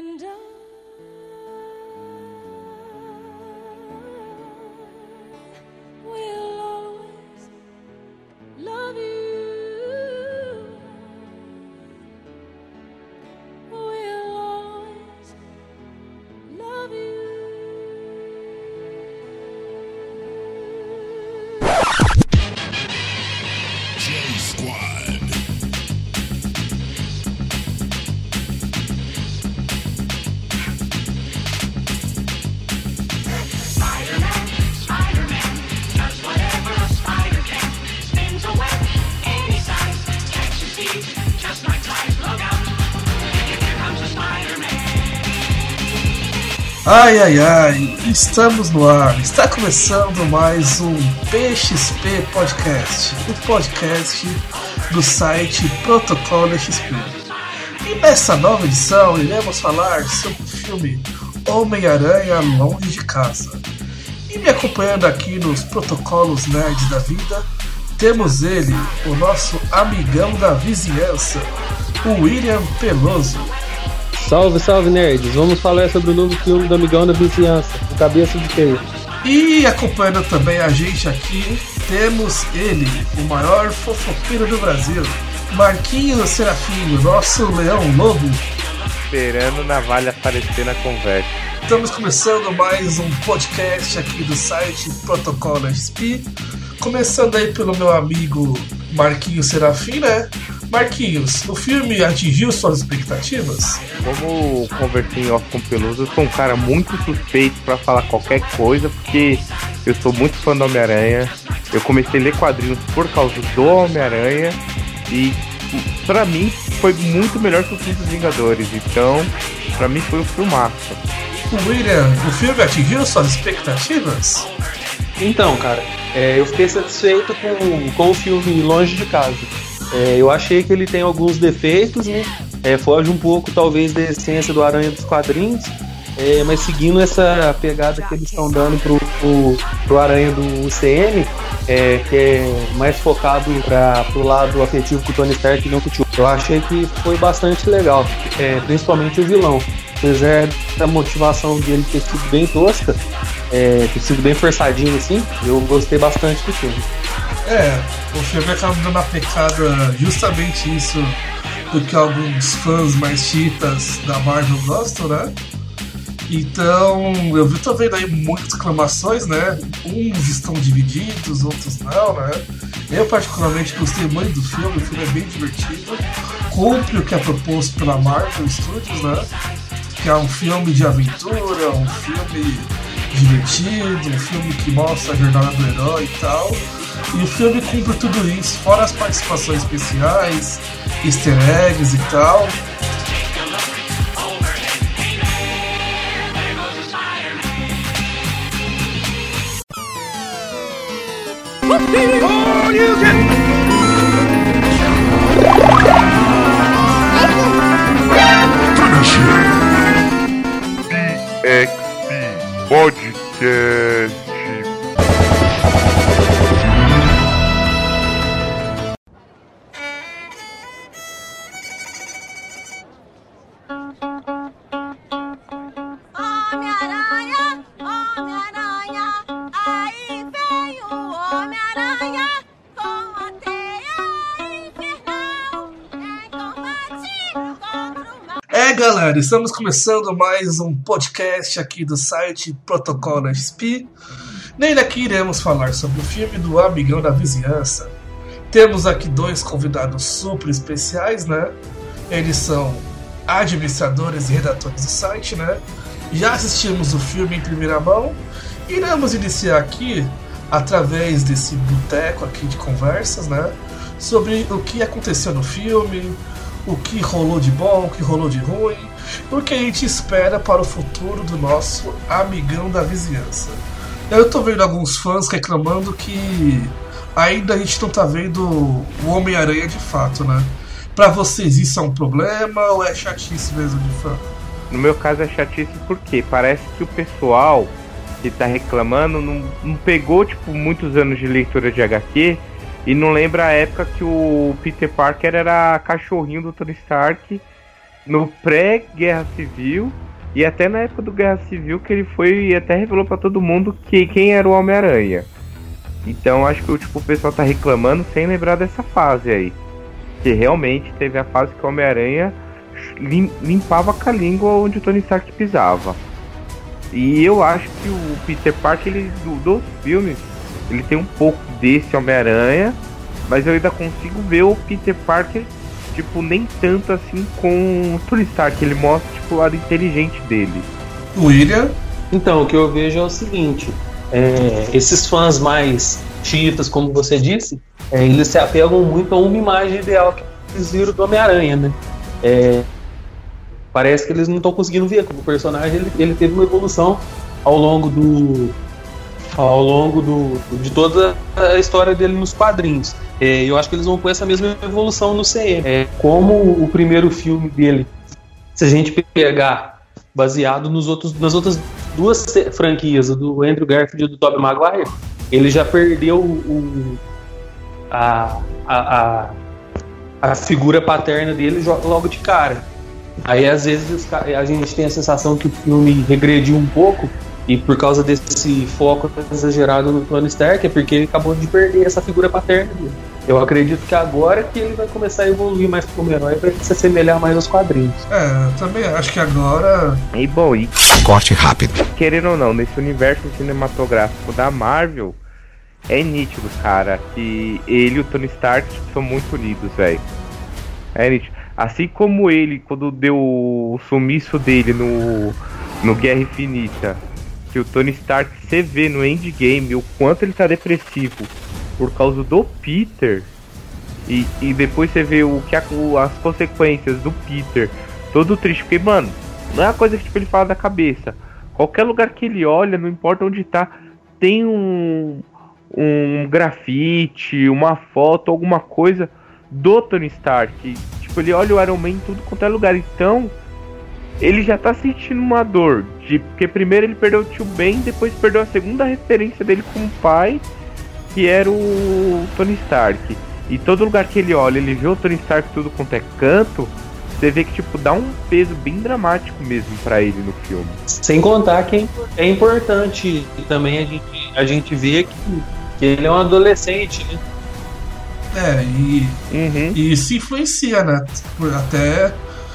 And I will always love you. We'll always love you. J Squad. Spider-Man does whatever a spider can. Spins a web any size, catches thieves just like flies. Look out! Here comes the Spider-Man. Ai, ai, ai, estamos no ar, está começando mais um PXP Podcast, o podcast do site Protocolo XP. E nessa nova edição iremos falar sobre o filme Homem-Aranha Longe de Casa. E me acompanhando aqui nos protocolos nerds da vida, temos ele, o nosso amigão da vizinhança, o William Peloso. Salve, salve nerds! Vamos falar sobre o novo filme do Amigão da Vizinhança, o Cabeça de Feio. E acompanhando também a gente aqui, temos ele, o maior fofoqueiro do Brasil, Marquinhos Serafim, nosso leão lobo. Esperando o navalha aparecer na conversa. Estamos começando mais um podcast aqui do site Protocolo XP. Começando aí pelo meu amigo Marquinhos Serafim, né? Marquinhos, o filme atingiu suas expectativas? Como conversei em off com o Peluso, eu sou um cara muito suspeito pra falar qualquer coisa, porque eu sou muito fã do Homem-Aranha. Eu comecei a ler quadrinhos por causa do Homem-Aranha e pra mim foi muito melhor que o filme dos Vingadores. Então, pra mim foi um filmaço. William, o filme atingiu suas expectativas? Então, cara, eu fiquei satisfeito com o filme Longe de Casa. Eu achei que ele tem alguns defeitos, né? Foge um pouco, talvez, da essência do Aranha dos quadrinhos, mas seguindo essa pegada que eles estão dando pro Aranha do UCM, que é mais focado pro lado afetivo com o Tony Stark e não com o tio. Eu achei que foi bastante legal, principalmente o vilão. Apesar da motivação dele ter sido bem tosca, ter sido bem forçadinho assim, eu gostei bastante do filme. O filme acaba dando a pecada justamente isso do que alguns fãs mais chitas da Marvel gostam, né? Então, tô vendo aí muitas reclamações, né? Uns estão divididos, outros não, né? Eu particularmente gostei muito do filme, o filme é bem divertido, cumpre o que é proposto pela Marvel Studios, né? Que é um filme de aventura, um filme divertido, um filme que mostra a jornada do herói e tal. E o filme cumpre tudo isso, fora as participações especiais, easter eggs e tal. PXP Podcast. Homem-Aranha, Homem-Aranha, aí vem o Homem-Aranha com a teia infernal em combate contra o mal. Galera, estamos começando mais um podcast aqui do site Protocolo XP. Nele aqui iremos falar sobre o filme do Amigão da Vizinhança. Temos aqui dois convidados super especiais, né? Eles são administradores e redatores do site, né? Já assistimos o filme em primeira mão. Iremos iniciar aqui, através desse boteco aqui de conversas, né? Sobre o que aconteceu no filme, o que rolou de bom, o que rolou de ruim, o que a gente espera para o futuro do nosso Amigão da Vizinhança. Eu tô vendo alguns fãs reclamando que ainda a gente não tá vendo o Homem-Aranha de fato, né? Pra vocês isso é um problema ou é chatice mesmo de fã? No meu caso é chatice porque parece que o pessoal que tá reclamando não pegou tipo muitos anos de leitura de HQ e não lembra a época que o Peter Parker era cachorrinho do Tony Stark no pré-Guerra Civil e até na época do Guerra Civil que ele foi e até revelou pra todo mundo quem era o Homem-Aranha. Então acho que tipo, o pessoal tá reclamando sem lembrar dessa fase aí. Que realmente teve a fase que o Homem-Aranha limpava com a língua onde o Tony Stark pisava. E eu acho que o Peter Parker, ele, dos filmes, ele tem um pouco desse Homem-Aranha, mas eu ainda consigo ver o Peter Parker, tipo, nem tanto assim com o Tony Stark. Ele mostra, tipo, o lado inteligente dele. William? Então, o que eu vejo é o seguinte, esses fãs mais chiitas, como você disse, eles se apegam muito a uma imagem ideal que eles viram do Homem-Aranha, né? Parece que eles não estão conseguindo ver como o personagem ele teve uma evolução ao longo de toda a história dele nos quadrinhos. Eu acho que eles vão com essa mesma evolução no CM. Como o primeiro filme dele, se a gente pegar baseado nas outras duas franquias, do Andrew Garfield e do Tobey Maguire, ele já perdeu a figura paterna dele logo de cara. Aí às vezes a gente tem a sensação que o filme regrediu um pouco, e por causa desse foco exagerado no Tony Stark é porque ele acabou de perder essa figura paterna dele. Eu acredito que agora que ele vai começar a evoluir mais como herói, vai se assemelhar mais aos quadrinhos. Eu também acho que agora... E bom, e Corte rápido. querendo ou não, nesse universo cinematográfico da Marvel, é nítido, cara, que ele e o Tony Stark são muito unidos, velho. É nítido. Assim como ele, quando deu o sumiço dele no Guerra Infinita, que o Tony Stark, você vê no Endgame o quanto ele tá depressivo por causa do Peter, e depois você vê as consequências do Peter, todo triste, porque, mano, não é uma coisa que tipo, ele fala da cabeça. Qualquer lugar que ele olha, não importa onde tá, tem um grafite, uma foto, alguma coisa do Tony Stark. Tipo, ele olha o Iron Man em tudo quanto é lugar. Então, ele já tá sentindo uma dor. Porque primeiro ele perdeu o tio Ben, depois perdeu a segunda referência dele como pai, que era o Tony Stark. E todo lugar que ele olha, ele vê o Tony Stark tudo quanto é canto. Você vê que tipo dá um peso bem dramático mesmo pra ele no filme. Sem contar que é importante também a gente ver que ele é um adolescente, né? E isso influencia, né? Até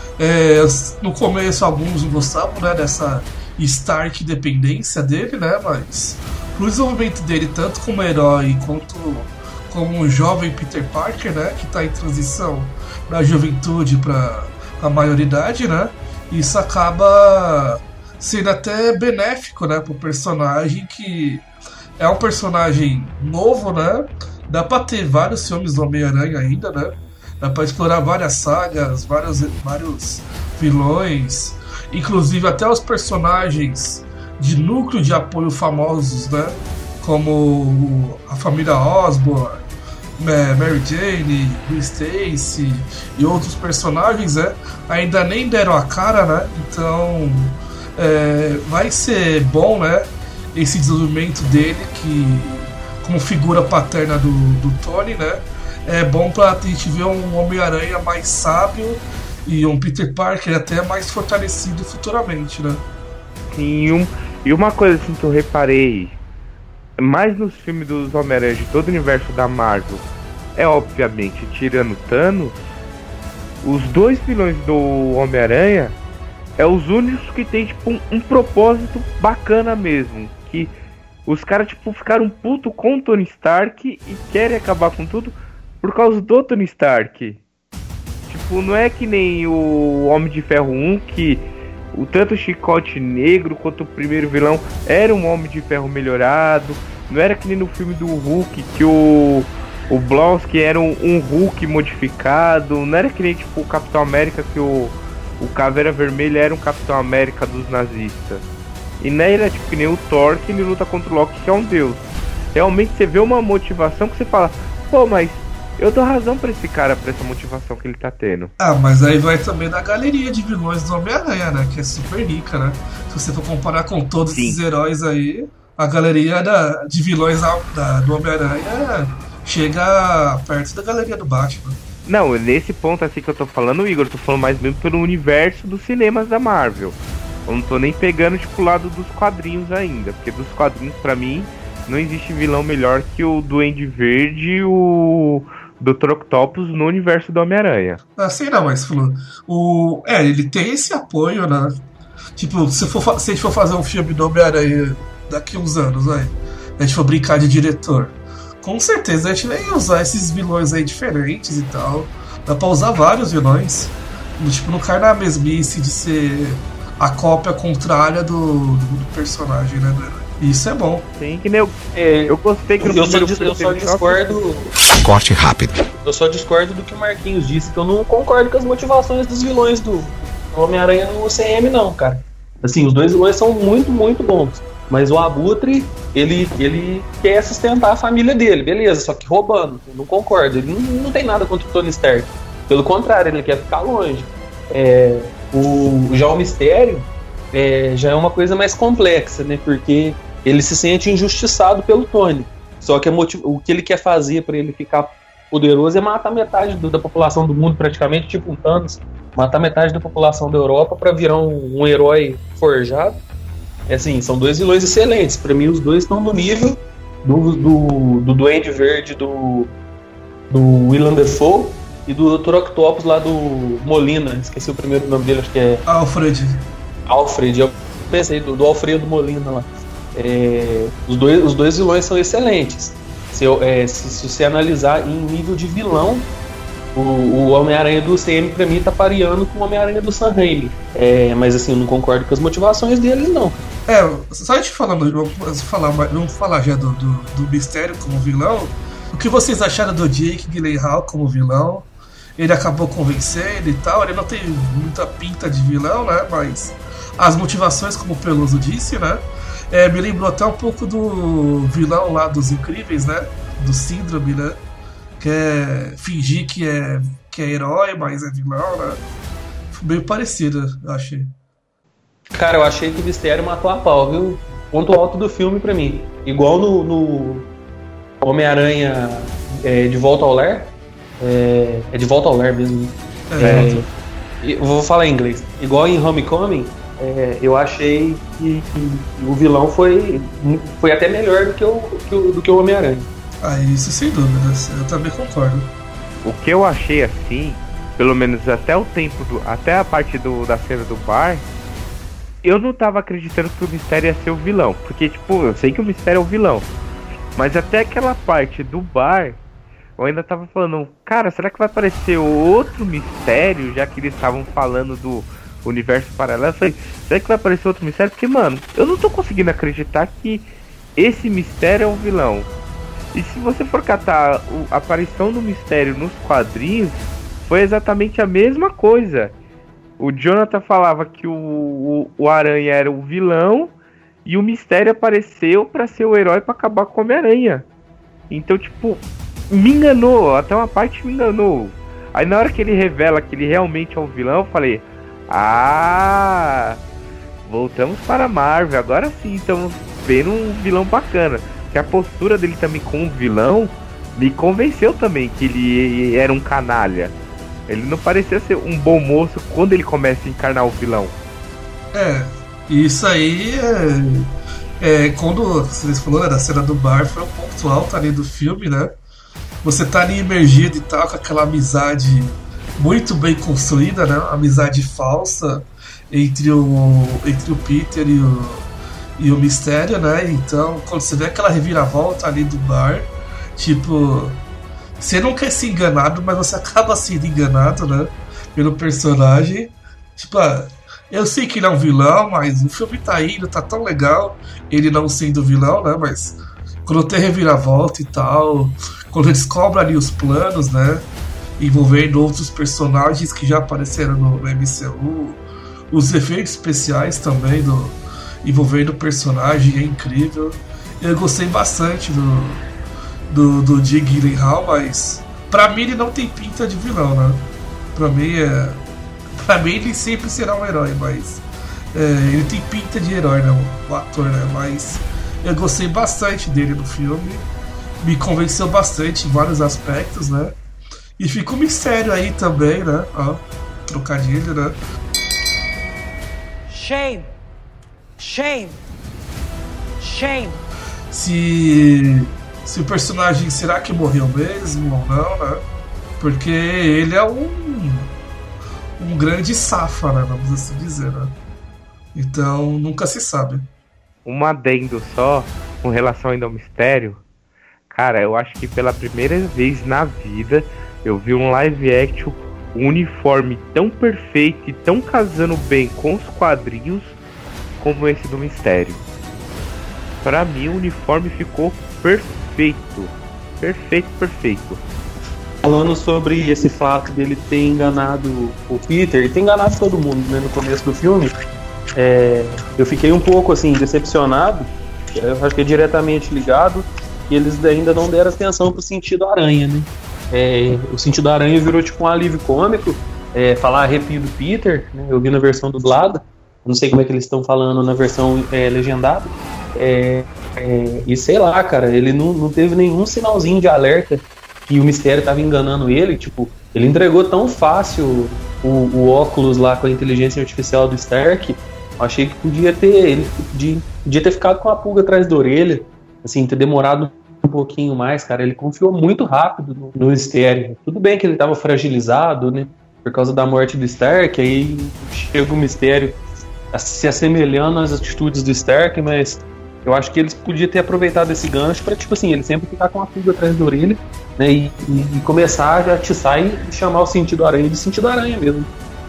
no começo alguns não gostavam, né, dessa Stark dependência dele, né? Mas pro desenvolvimento dele, tanto como herói quanto como um jovem Peter Parker, né, que tá em transição da juventude para a maioridade, né? Isso acaba sendo até benéfico, né, pro personagem, que é um personagem novo, né? Dá pra ter vários filmes do Homem-Aranha ainda, né? Dá pra explorar várias sagas, vários vilões, inclusive até os personagens de núcleo de apoio famosos, né? Como a família Osborn, Mary Jane, Gwen Stacy e outros personagens, né? Ainda nem deram a cara, né? Então vai ser bom, né? Esse desenvolvimento dele, que como figura paterna do Tony, né? É bom pra gente ver um Homem-Aranha mais sábio e um Peter Parker até mais fortalecido futuramente, né? Sim, e uma coisa assim que eu reparei mais nos filmes dos Homem-Aranha de todo o universo da Marvel é, obviamente, tirando Thanos, os dois vilões do Homem-Aranha é os únicos que tem tipo um propósito bacana mesmo, que os caras tipo ficaram puto com o Tony Stark e querem acabar com tudo por causa do Tony Stark. Tipo, não é que nem o Homem de Ferro 1, que tanto o Chicote Negro quanto o primeiro vilão era um Homem de Ferro melhorado. Não era que nem no filme do Hulk, que o Blonsky era um Hulk modificado. Não era que nem tipo o Capitão América, que o Caveira Vermelha era um Capitão América dos nazistas. E não era tipo que nem o Thor, que ele luta contra o Loki, que é um deus. Realmente você vê uma motivação que você fala, pô, mas eu dou razão pra esse cara, pra essa motivação que ele tá tendo. Mas aí vai também da galeria de vilões do Homem-Aranha, né? Que é super rica, né? Se você for comparar com todos esses heróis aí, a galeria de vilões do Homem-Aranha chega perto da galeria do Batman. Não, nesse ponto assim que eu tô falando, Igor, eu tô falando mais mesmo pelo universo dos cinemas da Marvel. Eu não tô nem pegando, tipo, o lado dos quadrinhos ainda. Porque dos quadrinhos, pra mim, não existe vilão melhor que o Duende Verde e o Dr. Octopus no universo do Homem-Aranha. Ah, sei não, mas falou. Ele tem esse apoio, né? Tipo, se a gente for fazer um filme do Homem-Aranha daqui uns anos, vai. A gente for brincar de diretor. Com certeza a gente vai usar esses vilões aí diferentes e tal. Dá pra usar vários vilões. Tipo, não cai na mesmice de ser a cópia contrária do personagem, né? E isso é bom. Tem que nem eu gostei que no Eu só primeiro discordo. Corte rápido. Eu só discordo do que o Marquinhos disse, que eu não concordo com as motivações dos vilões do Homem-Aranha no UCM, não, cara. Assim, os dois vilões são muito, muito bons. Mas o Abutre, ele quer sustentar a família dele, beleza, só que roubando. Eu não concordo. Ele não tem nada contra o Tony Stark. Pelo contrário, ele quer ficar longe. Já o Mistério já é uma coisa mais complexa, né? Porque ele se sente injustiçado pelo Tony. Só que o que ele quer fazer para ele ficar poderoso é matar metade da população do mundo, praticamente, tipo um Thanos. Matar metade da população da Europa para virar um herói forjado. Assim, são dois vilões excelentes. Para mim, os dois estão no nível do Duende Verde, do Willem Dafoe e do Dr. Octopus lá do Molina. Esqueci o primeiro nome dele, acho que é Alfred, eu pensei, do Alfredo Molina lá. Os dois vilões são excelentes. Se você analisar em nível de vilão, o Homem-Aranha do CM pra mim tá pareando com o Homem-Aranha do Sam Raimi. Mas assim, eu não concordo com as motivações deles, não. Só a gente falando, vamos falar já do Mistério como vilão. O que vocês acharam do Jake Gyllenhaal como vilão? Ele acabou convencendo e tal, ele não tem muita pinta de vilão, né? Mas as motivações, como o Peluso disse, né? Me lembrou até um pouco do vilão lá dos Incríveis, né? Do Síndrome, né? Que é fingir que é herói, mas é vilão, né? Meio parecido, eu achei. Cara, eu achei que o Mistério matou a pau, viu? Ponto alto do filme pra mim. Igual no Homem-Aranha De Volta ao Lar. É De Volta ao Lar mesmo. Eu vou falar em inglês. Igual em Homecoming, eu achei que o vilão foi até melhor do que o Homem-Aranha. Isso sem dúvidas, eu também concordo. O que eu achei assim, pelo menos até a parte da cena do bar, eu não tava acreditando que o Mistério ia ser o vilão. Porque, tipo, eu sei que o Mistério é o vilão, mas até aquela parte do bar, eu ainda tava falando, cara, será que vai aparecer outro Mistério, já que eles estavam falando do universo paralelo? Eu falei, será que vai aparecer outro Mistério? Porque, mano, eu não tô conseguindo acreditar que esse Mistério é o vilão. E se você for catar a aparição do Mistério nos quadrinhos, foi exatamente a mesma coisa. O Jonathan falava que o Aranha era o vilão e o Mistério apareceu pra ser o herói pra acabar com o Homem-Aranha. Então, tipo, me enganou, até uma parte me enganou. Aí na hora que ele revela que ele realmente é o vilão, eu falei, voltamos para a Marvel, agora sim estamos vendo um vilão bacana. Que a postura dele também como vilão me convenceu também que ele era um canalha. Ele não parecia ser um bom moço quando ele começa a encarnar o vilão. Isso aí quando vocês falaram da cena do bar, foi um ponto alto ali do filme, né? Você tá ali imergido e tal, com aquela amizade muito bem construída, né? Amizade falsa entre o Peter e o Mistério, né? Então, quando você vê aquela reviravolta ali do bar, tipo, você não quer ser enganado, mas você acaba sendo enganado, né? Pelo personagem. Tipo, eu sei que ele é um vilão, mas o filme tá indo, tá tão legal, ele não sendo vilão, né? Mas quando tem reviravolta e tal, quando eles cobram ali os planos, né? Envolvendo outros personagens que já apareceram no MCU, os efeitos especiais também envolvendo o personagem é incrível. Eu gostei bastante do Jake Gyllenhaal, mas pra mim ele não tem pinta de vilão, né? Pra mim ele sempre será um herói, mas ele tem pinta de herói, né? O ator, né? Mas eu gostei bastante dele no filme, me convenceu bastante em vários aspectos, né? E fica um mistério aí também, né? Ó, trocadilho, né? Shame. Shame. Shame. Se o personagem, será que morreu mesmo ou não, né? Porque ele é um grande safa, né? Vamos assim dizer, né? Então nunca se sabe. Um adendo só com relação ainda ao mistério. Cara, eu acho que pela primeira vez na vida eu vi um live action, um uniforme tão perfeito e tão casando bem com os quadrinhos como esse do mistério. Pra mim o uniforme ficou perfeito. Perfeito. Falando sobre esse fato dele ter enganado o Peter, e ter enganado todo mundo, né, no começo do filme, eu fiquei um pouco assim decepcionado. Eu acho que é diretamente ligado, e eles ainda não deram atenção pro sentido aranha, né? O sentido aranha virou tipo um alívio cômico, falar arrepio do Peter, né? Eu vi na versão dublada, não sei como é que eles estão falando na versão legendada, e sei lá, cara, ele não teve nenhum sinalzinho de alerta que o mistério tava enganando ele. Tipo, ele entregou tão fácil o óculos lá com a inteligência artificial do Stark. Eu achei que podia ter ficado com a pulga atrás da orelha, assim, ter demorado um pouquinho mais, cara. Ele confiou muito rápido no mistério. Tudo bem que ele tava fragilizado, né, por causa da morte do Stark, aí chega o mistério se assemelhando às atitudes do Stark, mas eu acho que eles podiam ter aproveitado esse gancho pra, tipo assim, ele sempre ficar com a pulga atrás da orelha, né, e começar a atiçar e chamar o sentido aranha de sentido aranha mesmo.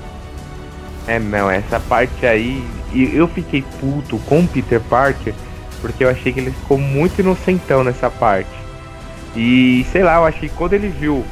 Não, essa parte aí, eu fiquei puto com o Peter Parker, porque eu achei que ele ficou muito inocentão nessa parte. E, sei lá, eu achei que quando ele viu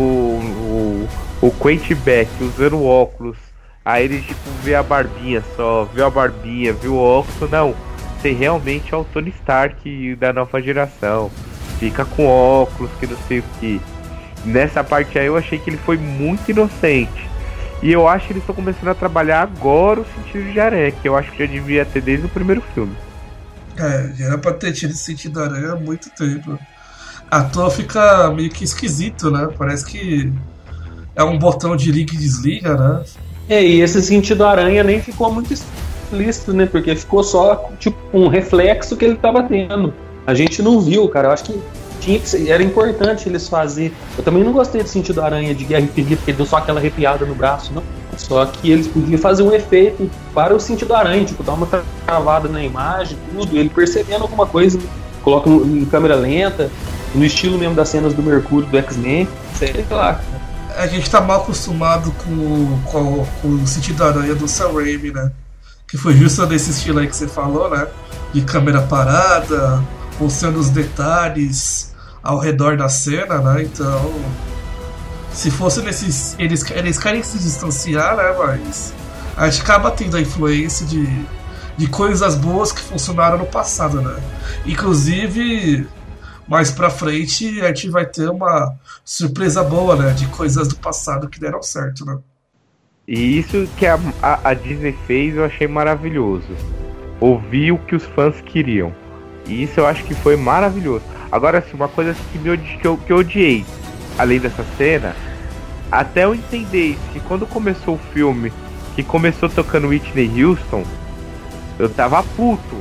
o Quentin Beck usando óculos, aí ele, tipo, viu a barbinha, viu o óculos, não, você realmente é o Tony Stark da nova geração, fica com óculos, que não sei o que. Nessa parte aí eu achei que ele foi muito inocente. E eu acho que eles estão começando a trabalhar agora o sentido de aranha, que eu acho que já devia ter desde o primeiro filme. Já era pra ter tido esse sentido aranha há muito tempo. À toa fica meio que esquisito, né? Parece que é um botão de liga e desliga, né? E esse sentido aranha nem ficou muito explícito, né? Porque ficou só tipo um reflexo que ele tava tendo. A gente não viu, cara. Eu acho que era importante eles fazerem. Eu também não gostei do sentido aranha de Guerra Infinita, porque ele deu só aquela arrepiada no braço, não. Só que eles podiam fazer um efeito para o sentido aranha, tipo, dar uma travada na imagem, tudo, ele percebendo alguma coisa, coloca em câmera lenta, no estilo mesmo das cenas do Mercúrio, do X-Men, sei lá. A gente tá mal acostumado com o sentido aranha do Sam Raimi, né? Que foi justo nesse estilo aí que você falou, né? De câmera parada, mostrando os detalhes ao redor da cena, né? Então, se fosse nesses... Eles querem se distanciar, né? Mas a gente acaba tendo a influência de coisas boas que funcionaram no passado, né? Inclusive, mais pra frente, a gente vai ter uma surpresa boa, né? De coisas do passado que deram certo, né? E isso que a Disney fez eu achei maravilhoso. Ouvir o que os fãs queriam. E isso eu acho que foi maravilhoso. Agora, assim, uma coisa que eu odiei, além dessa cena, até eu entender isso, que quando começou o filme, que começou tocando Whitney Houston, eu tava puto.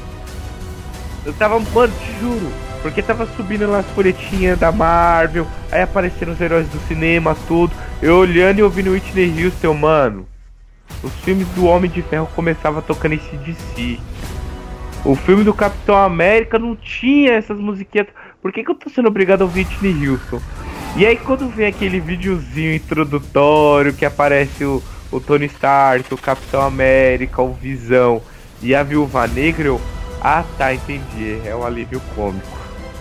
Eu tava, mano, te juro, porque tava subindo lá as folhetinhas da Marvel, aí aparecendo os heróis do cinema, tudo. Eu olhando e ouvindo Whitney Houston, mano. Os filmes do Homem de Ferro começavam tocando esse DC. O filme do Capitão América não tinha essas musiquinhas. Por que eu tô sendo obrigado a ouvir Whitney Houston? E aí quando vem aquele videozinho introdutório que aparece o Tony Stark, o Capitão América, o Visão e a Viúva Negra, eu... Ah, tá, entendi. É um alívio cômico.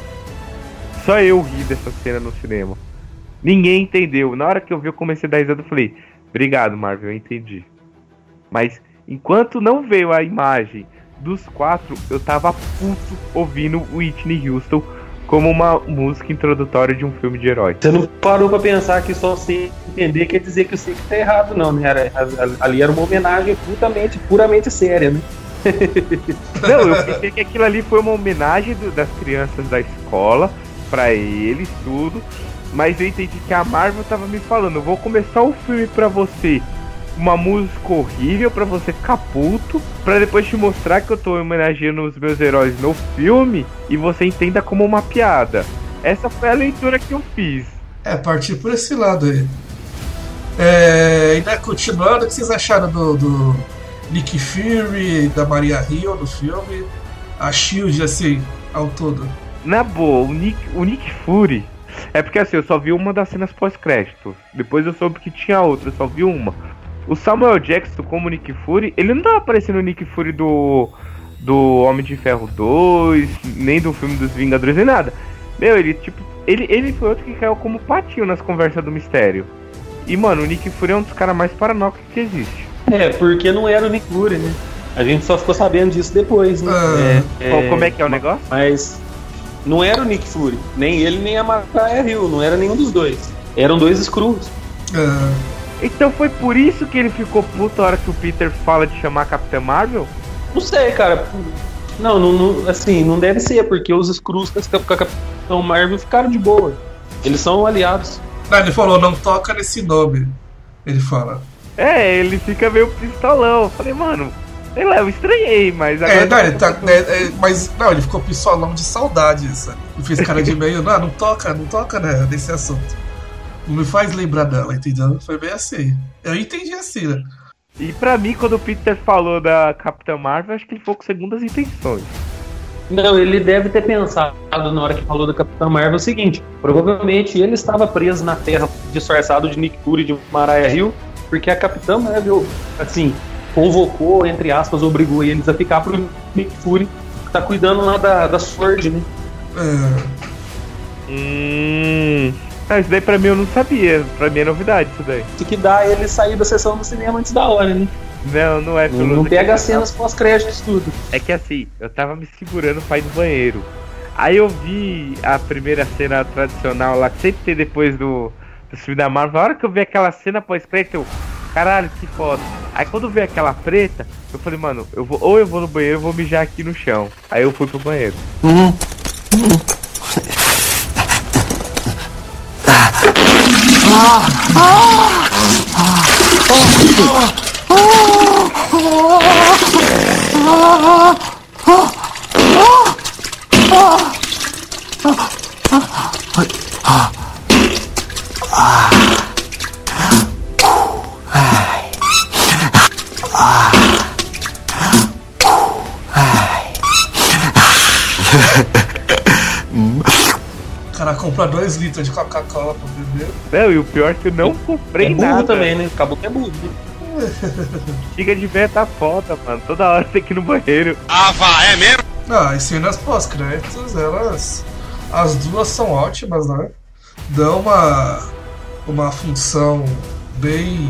Só eu ri dessa cena no cinema. Ninguém entendeu. Na hora que eu vi, eu comecei a dar risada e falei: obrigado, Marvel, eu entendi. Mas enquanto não veio a imagem dos quatro, eu tava puto ouvindo o Whitney Houston como uma música introdutória de um filme de herói. Você não parou pra pensar que só você entender quer dizer que o Sick tá errado, não, né? Ali era uma homenagem puramente séria, né? Não, eu pensei que aquilo ali foi uma homenagem das crianças da escola pra eles, tudo. Mas eu entendi que a Marvel tava me falando, eu vou começar o filme pra você, uma música horrível pra você ficar puto, pra depois te mostrar que eu tô homenageando os meus heróis no filme e você entenda como uma piada. Essa foi a leitura que eu fiz. Partir por esse lado aí. Ainda continuando, o que vocês acharam do Nick Fury, da Maria Hill no filme? A SHIELD, assim, ao todo. Na boa, o Nick Fury... É porque assim, eu só vi uma das cenas pós-crédito. Depois eu soube que tinha outra, eu só vi uma. O Samuel Jackson como Nick Fury, ele não tava parecendo o Nick Fury do Homem de Ferro 2, nem do filme dos Vingadores, nem nada. Meu, ele foi outro que caiu como patinho nas conversas do mistério. E mano, o Nick Fury é um dos caras mais paranoicos que existe. Porque não era o Nick Fury, né? A gente só ficou sabendo disso depois, né? Como é que é o negócio? Mas não era o Nick Fury, nem ele nem a Maria Hill, não era nenhum dos dois. Eram dois Skrulls. Então foi por isso que ele ficou puto a hora que o Peter fala de chamar a Capitã Marvel? Não sei, cara. Não, assim, não deve ser, porque os Skrulls com a Capitã Marvel ficaram de boa. Eles são aliados. Não, ele falou, não toca nesse nome. Ele fala. Ele fica meio pistolão. Eu falei, mano, sei lá, eu estranhei, mas agora. Mas ele ficou pistolão de saudade, sabe? Ele fez cara de meio, não toca, né, nesse assunto. Não me faz lembrar dela, entendeu? Foi bem assim. Eu entendi assim, né? E pra mim, quando o Peter falou da Capitã Marvel, acho que ele foi com segundas intenções. Não, ele deve ter pensado na hora que falou da Capitã Marvel o seguinte: provavelmente ele estava preso na Terra disfarçado de Nick Fury, de Maria Hill, porque a Capitã Marvel, assim, convocou, entre aspas, obrigou eles a ficar pro Nick Fury, que tá cuidando lá da Sword, né? Isso daí pra mim eu não sabia, pra mim é novidade isso daí. Isso que dá ele sair da sessão do cinema antes da hora, né? Não é pelo. Não pega as cenas pós-créditos tudo. É que assim, eu tava me segurando pra ir no banheiro. Aí eu vi a primeira cena tradicional lá, que sempre tem depois do filme da Marvel. A hora que eu vi aquela cena pós-crédito, eu... Caralho, que foda. Aí quando eu vi aquela preta, eu falei, mano, eu vou no banheiro, eu vou mijar aqui no chão. Aí eu fui pro banheiro. O cara compra 2 litros de Coca-Cola pra beber. Não, e o pior é que eu não comprei burro nada. Também, né? Acabou que é burro. Chega de ver, tá foda, mano. Toda hora tem que ir no banheiro. É mesmo? As cenas pós-créditos, elas... As duas são ótimas, né? Dão uma função bem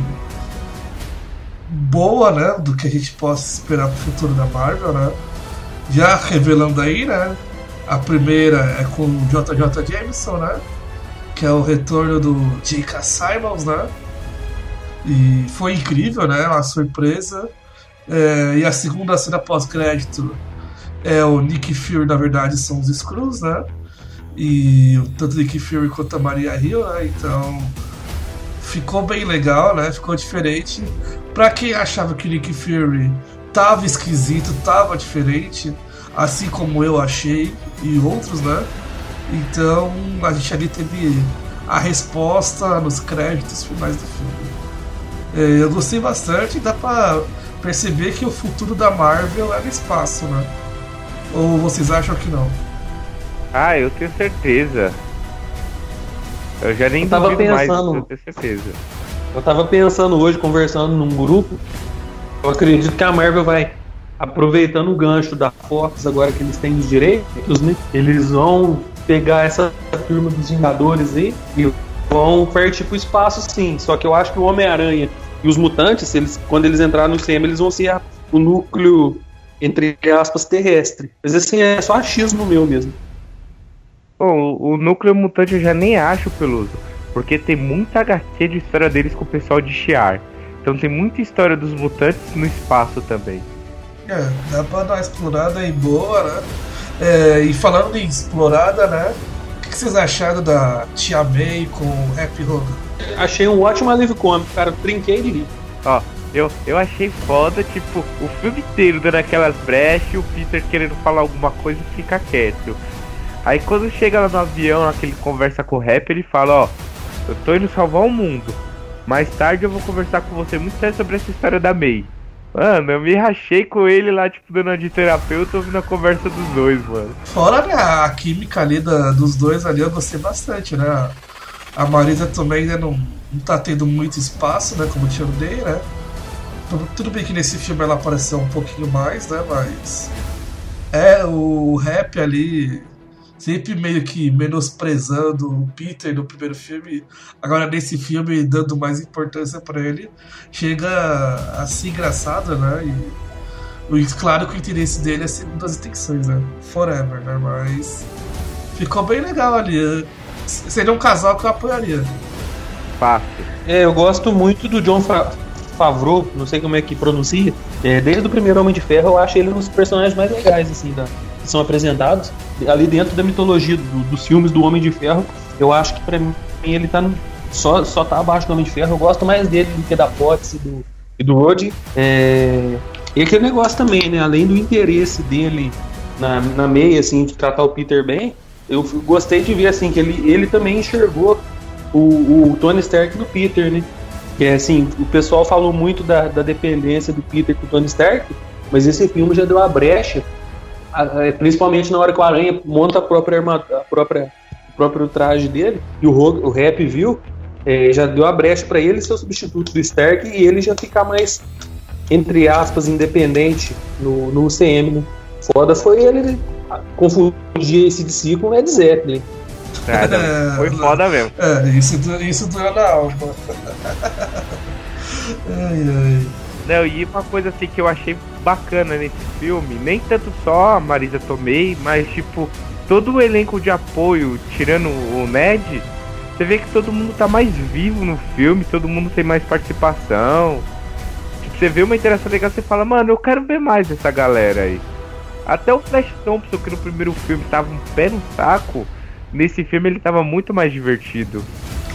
boa, né? Do que a gente possa esperar pro futuro da Marvel, né? Já revelando aí, né? A primeira é com o J.J. Jameson, né? Que é o retorno do J.K. Simmons, né? E foi incrível, né? Uma surpresa. E a segunda cena pós-crédito é o Nick Fury, na verdade, são os Skrulls, né? E tanto Nick Fury quanto a Maria Hill, né? Então ficou bem legal, né? Ficou diferente. Pra quem achava que o Nick Fury tava esquisito, tava diferente, assim como eu achei e outros, né? Então a gente ali teve a resposta nos créditos finais do filme. Eu gostei bastante, dá pra perceber que o futuro da Marvel é no espaço, né? Ou vocês acham que não? Eu tenho certeza. Eu já nem tava duvido pensando, mais, eu tenho certeza. Eu tava pensando hoje, conversando num grupo, eu acredito que a Marvel vai, aproveitando o gancho da Fox, agora que eles têm os direitos, né? Eles vão pegar essa turma dos Vingadores aí e vão partir pro espaço, sim. Só que eu acho que o Homem-Aranha e os Mutantes, quando eles entrarem no cinema, eles vão ser o núcleo, entre aspas, terrestre. Mas assim, é só achismo meu mesmo. Bom, o núcleo mutante eu já nem acho, Peluso, porque tem muita HQ de história deles com o pessoal de Shi'ar. Então tem muita história dos mutantes no espaço também. Dá pra dar uma explorada aí boa, né? E falando em explorada, né? que vocês acharam da Tia May com o Happy Hogan? Achei um ótimo alívio cômico, cara. Trinquei de rir. Ó, eu achei foda, tipo, o filme inteiro dando aquelas brechas e o Peter querendo falar alguma coisa e fica quieto. Aí quando chega lá no avião, aquele conversa com o Rap, ele fala, ó, eu tô indo salvar o mundo. Mais tarde eu vou conversar com você muito sério sobre essa história da May. Mano, eu me rachei com ele lá, tipo, dando de terapeuta, ouvindo a conversa dos dois, mano. Fora, né, a química ali dos dois ali, eu gostei bastante, né? A Marisa também ainda não tá tendo muito espaço, né, como Tia May, né? Tudo bem que nesse filme ela apareceu um pouquinho mais, né, mas... o Rap ali... sempre meio que menosprezando o Peter no primeiro filme, agora nesse filme dando mais importância pra ele, chega a ser engraçado, né? E claro que o interesse dele é segundo as intenções, né? Forever, né? Mas ficou bem legal ali. Seria um casal que eu apoiaria. Fácil. Eu gosto muito do Jon Favreau, não sei como é que pronuncia. Desde o primeiro Homem de Ferro, eu acho ele um dos personagens mais legais, assim, que são apresentados ali dentro da mitologia dos filmes do Homem de Ferro. Eu acho que pra mim ele tá só tá abaixo do Homem de Ferro. Eu gosto mais dele do que da Potts e do Rhodey. E aquele negócio também, né? Além do interesse dele na May, assim, de tratar o Peter bem, eu gostei de ver, assim, que ele também enxergou o Tony Stark do Peter, né? Que é assim, o pessoal falou muito da dependência do Peter com o Tony Stark, mas esse filme já deu a brecha, principalmente na hora que o Aranha monta o próprio traje dele, e o Rap viu, já deu a brecha para ele ser o substituto do Stark e ele já ficar mais, entre aspas, independente no UCM, né? Foda foi ele confundir esse DC com o Led Zeppelin. Foi foda mesmo. Isso doeu na alma. Ai. Não, e uma coisa assim que eu achei bacana nesse filme, nem tanto só a Marisa Tomei, mas tipo, todo o elenco de apoio, tirando o Ned, você vê que todo mundo tá mais vivo no filme, todo mundo tem mais participação. Tipo, você vê uma interação legal, você fala, mano, eu quero ver mais dessa galera aí. Até o Flash Thompson, que no primeiro filme tava um pé no saco, nesse filme ele tava muito mais divertido.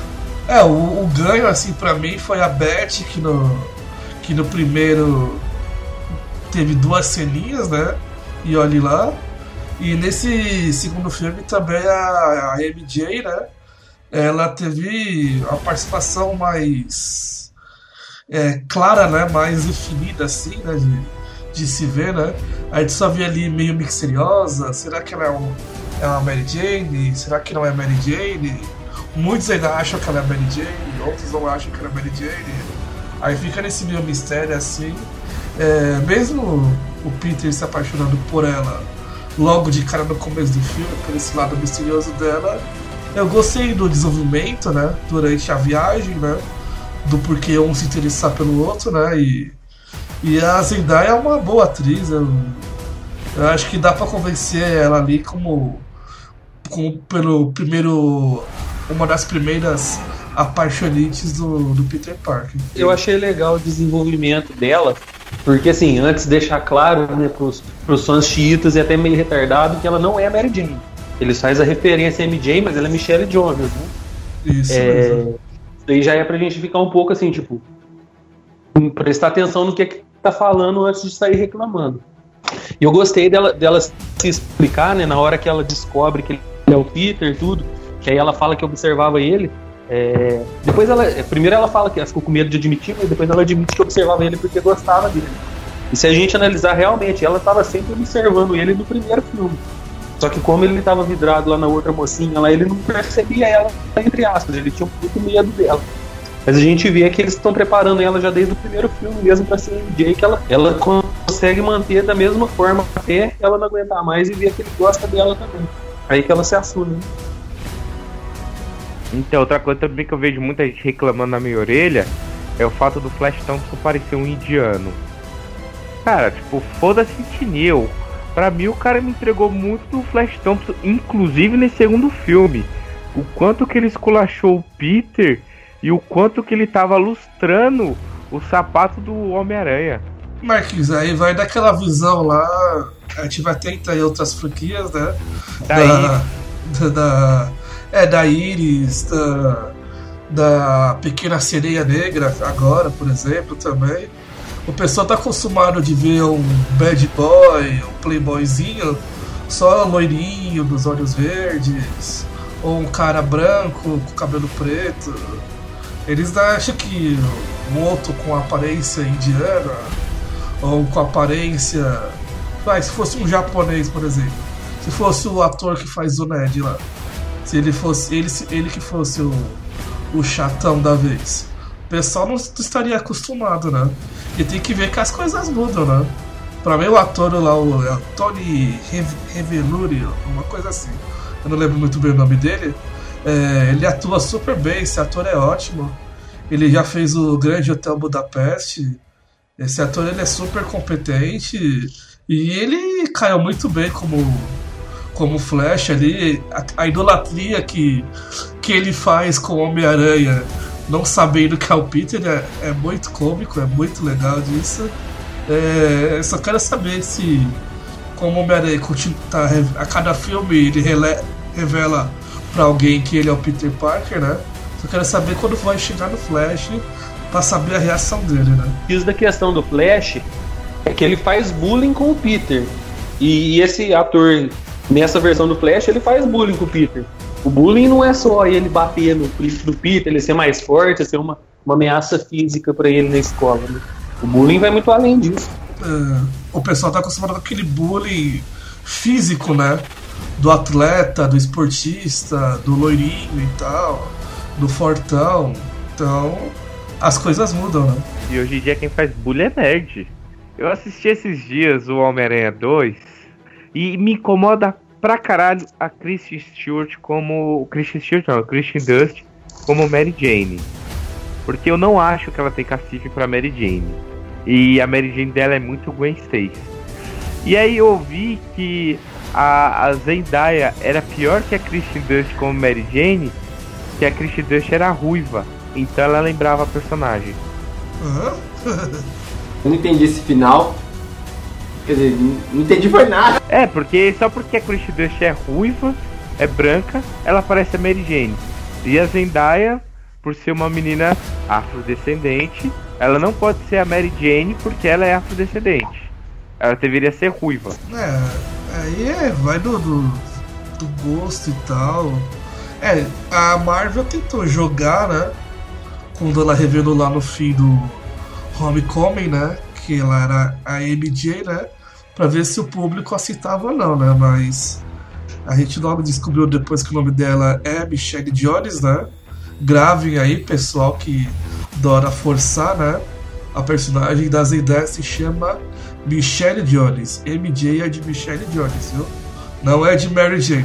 O ganho, assim, pra mim foi a Beth, que no primeiro teve 2 ceninhas, né? E olhe lá. E nesse segundo filme também a MJ, né? Ela teve uma participação mais clara, né? Mais definida, assim, né? De se ver, né? A gente só vê ali meio misteriosa. Será que ela é uma Mary Jane? Será que não é Mary Jane? Muitos ainda acham que ela é Mary Jane, outros não acham que ela é Mary Jane. Aí fica nesse meio mistério assim. Mesmo o Peter se apaixonando por ela logo de cara no começo do filme, por esse lado misterioso dela, eu gostei do desenvolvimento, né? Durante a viagem, né? Do porquê um se interessar pelo outro, né? E a Zendaya é uma boa atriz. Eu acho que dá pra convencer ela ali como pelo primeiro, uma das primeiras apaixonites do Peter Parker. Eu achei legal o desenvolvimento dela, porque assim, antes deixar claro, né, pros fãs chiitas e até meio retardado, que ela não é a Mary Jane. Eles fazem a referência a MJ, mas ela é Michelle Jones, né? Isso mesmo. Daí já é pra gente ficar um pouco assim, tipo, prestar atenção no que tá falando antes de sair reclamando. E eu gostei dela se explicar, né, na hora que ela descobre que ele é o Peter, tudo, que aí ela fala que observava ele. Depois primeiro ela fala que ela ficou com medo de admitir, mas depois ela admite que observava ele porque gostava dele. E se a gente analisar realmente, ela estava sempre observando ele no primeiro filme. Só que como ele estava vidrado lá na outra mocinha, lá, ele não percebia ela, entre aspas, ele tinha muito medo dela. Mas a gente vê que eles estão preparando ela já desde o primeiro filme mesmo pra ser MJ, que ela consegue manter da mesma forma até ela não aguentar mais e ver que ele gosta dela também. Aí que ela se assume, né? Então, outra coisa também que eu vejo muita gente reclamando na minha orelha é o fato do Flash Thompson parecer um indiano. Cara, tipo, foda-se Tineu. Pra mim o cara me entregou muito do Flash Thompson, inclusive nesse segundo filme. O quanto que ele esculachou o Peter e o quanto que ele tava lustrando o sapato do Homem-Aranha. Marquinhos, aí vai daquela visão lá, a gente vai ter aí outras franquias, né? Da Iris, da Pequena Sereia Negra, agora, por exemplo, também. O pessoal tá acostumado de ver um bad boy, um playboyzinho, só loirinho, dos olhos verdes, ou um cara branco com cabelo preto. Eles acham que um outro com aparência indiana, ou com aparência... se fosse um japonês, por exemplo, se fosse o ator que faz o Ned lá, se ele fosse ele que fosse o chatão da vez, o pessoal não estaria acostumado, né? E tem que ver que as coisas mudam, né? Pra mim o ator lá, o Tony Reveluri, uma coisa assim, eu não lembro muito bem o nome dele, ele atua super bem, esse ator é ótimo, ele já fez o Grande Hotel Budapeste, esse ator ele é super competente e ele caiu muito bem como Flash ali, a idolatria que ele faz com o Homem-Aranha, não sabendo que é o Peter, é muito cômico, é muito legal disso. Só quero saber se, como o Homem-Aranha a cada filme ele revela pra alguém que ele é o Peter Parker, né? Só quero saber quando vai chegar no Flash pra saber a reação dele, né? Isso da questão do Flash é que ele faz bullying com o Peter. E esse ator, nessa versão do Flash, ele faz bullying com o Peter. O bullying não é só ele bater no Peter, ele ser mais forte, ser uma ameaça física pra ele na escola, né? O bullying vai muito além disso. O pessoal tá acostumado com aquele bullying físico, né? Do atleta, do esportista, do loirinho e tal, do fortão. Então, as coisas mudam, né? E hoje em dia quem faz bullying é nerd. Eu assisti esses dias o Homem-Aranha 2 e me incomoda pra caralho a Kristen Stewart Kristen Dust como Mary Jane. Porque eu não acho que ela tem cacife pra Mary Jane. E a Mary Jane dela é muito Gwen Stacy. E aí eu ouvi que a Zendaya era pior que a Kristen Dust como Mary Jane, que a Kristen Dust era ruiva. Então ela lembrava a personagem. Eu não entendi esse final. Quer dizer, não entendi foi nada. Porque só porque a Kristen Dust é ruiva, é branca, ela parece a Mary Jane. E a Zendaya, por ser uma menina afrodescendente, ela não pode ser a Mary Jane porque ela é afrodescendente. Ela deveria ser ruiva. Aí vai do gosto e tal. A Marvel tentou jogar, né? Quando ela revelou lá no fim do Homecoming, né? Que ela era a MJ, né? Pra ver se o público aceitava ou não, né? Mas a gente logo descobriu depois que o nome dela é Michelle Jones, né? Gravem aí, pessoal que adora forçar, né? A personagem da Zendaya se chama Michelle Jones. MJ é de Michelle Jones, viu? Não é de Mary Jane.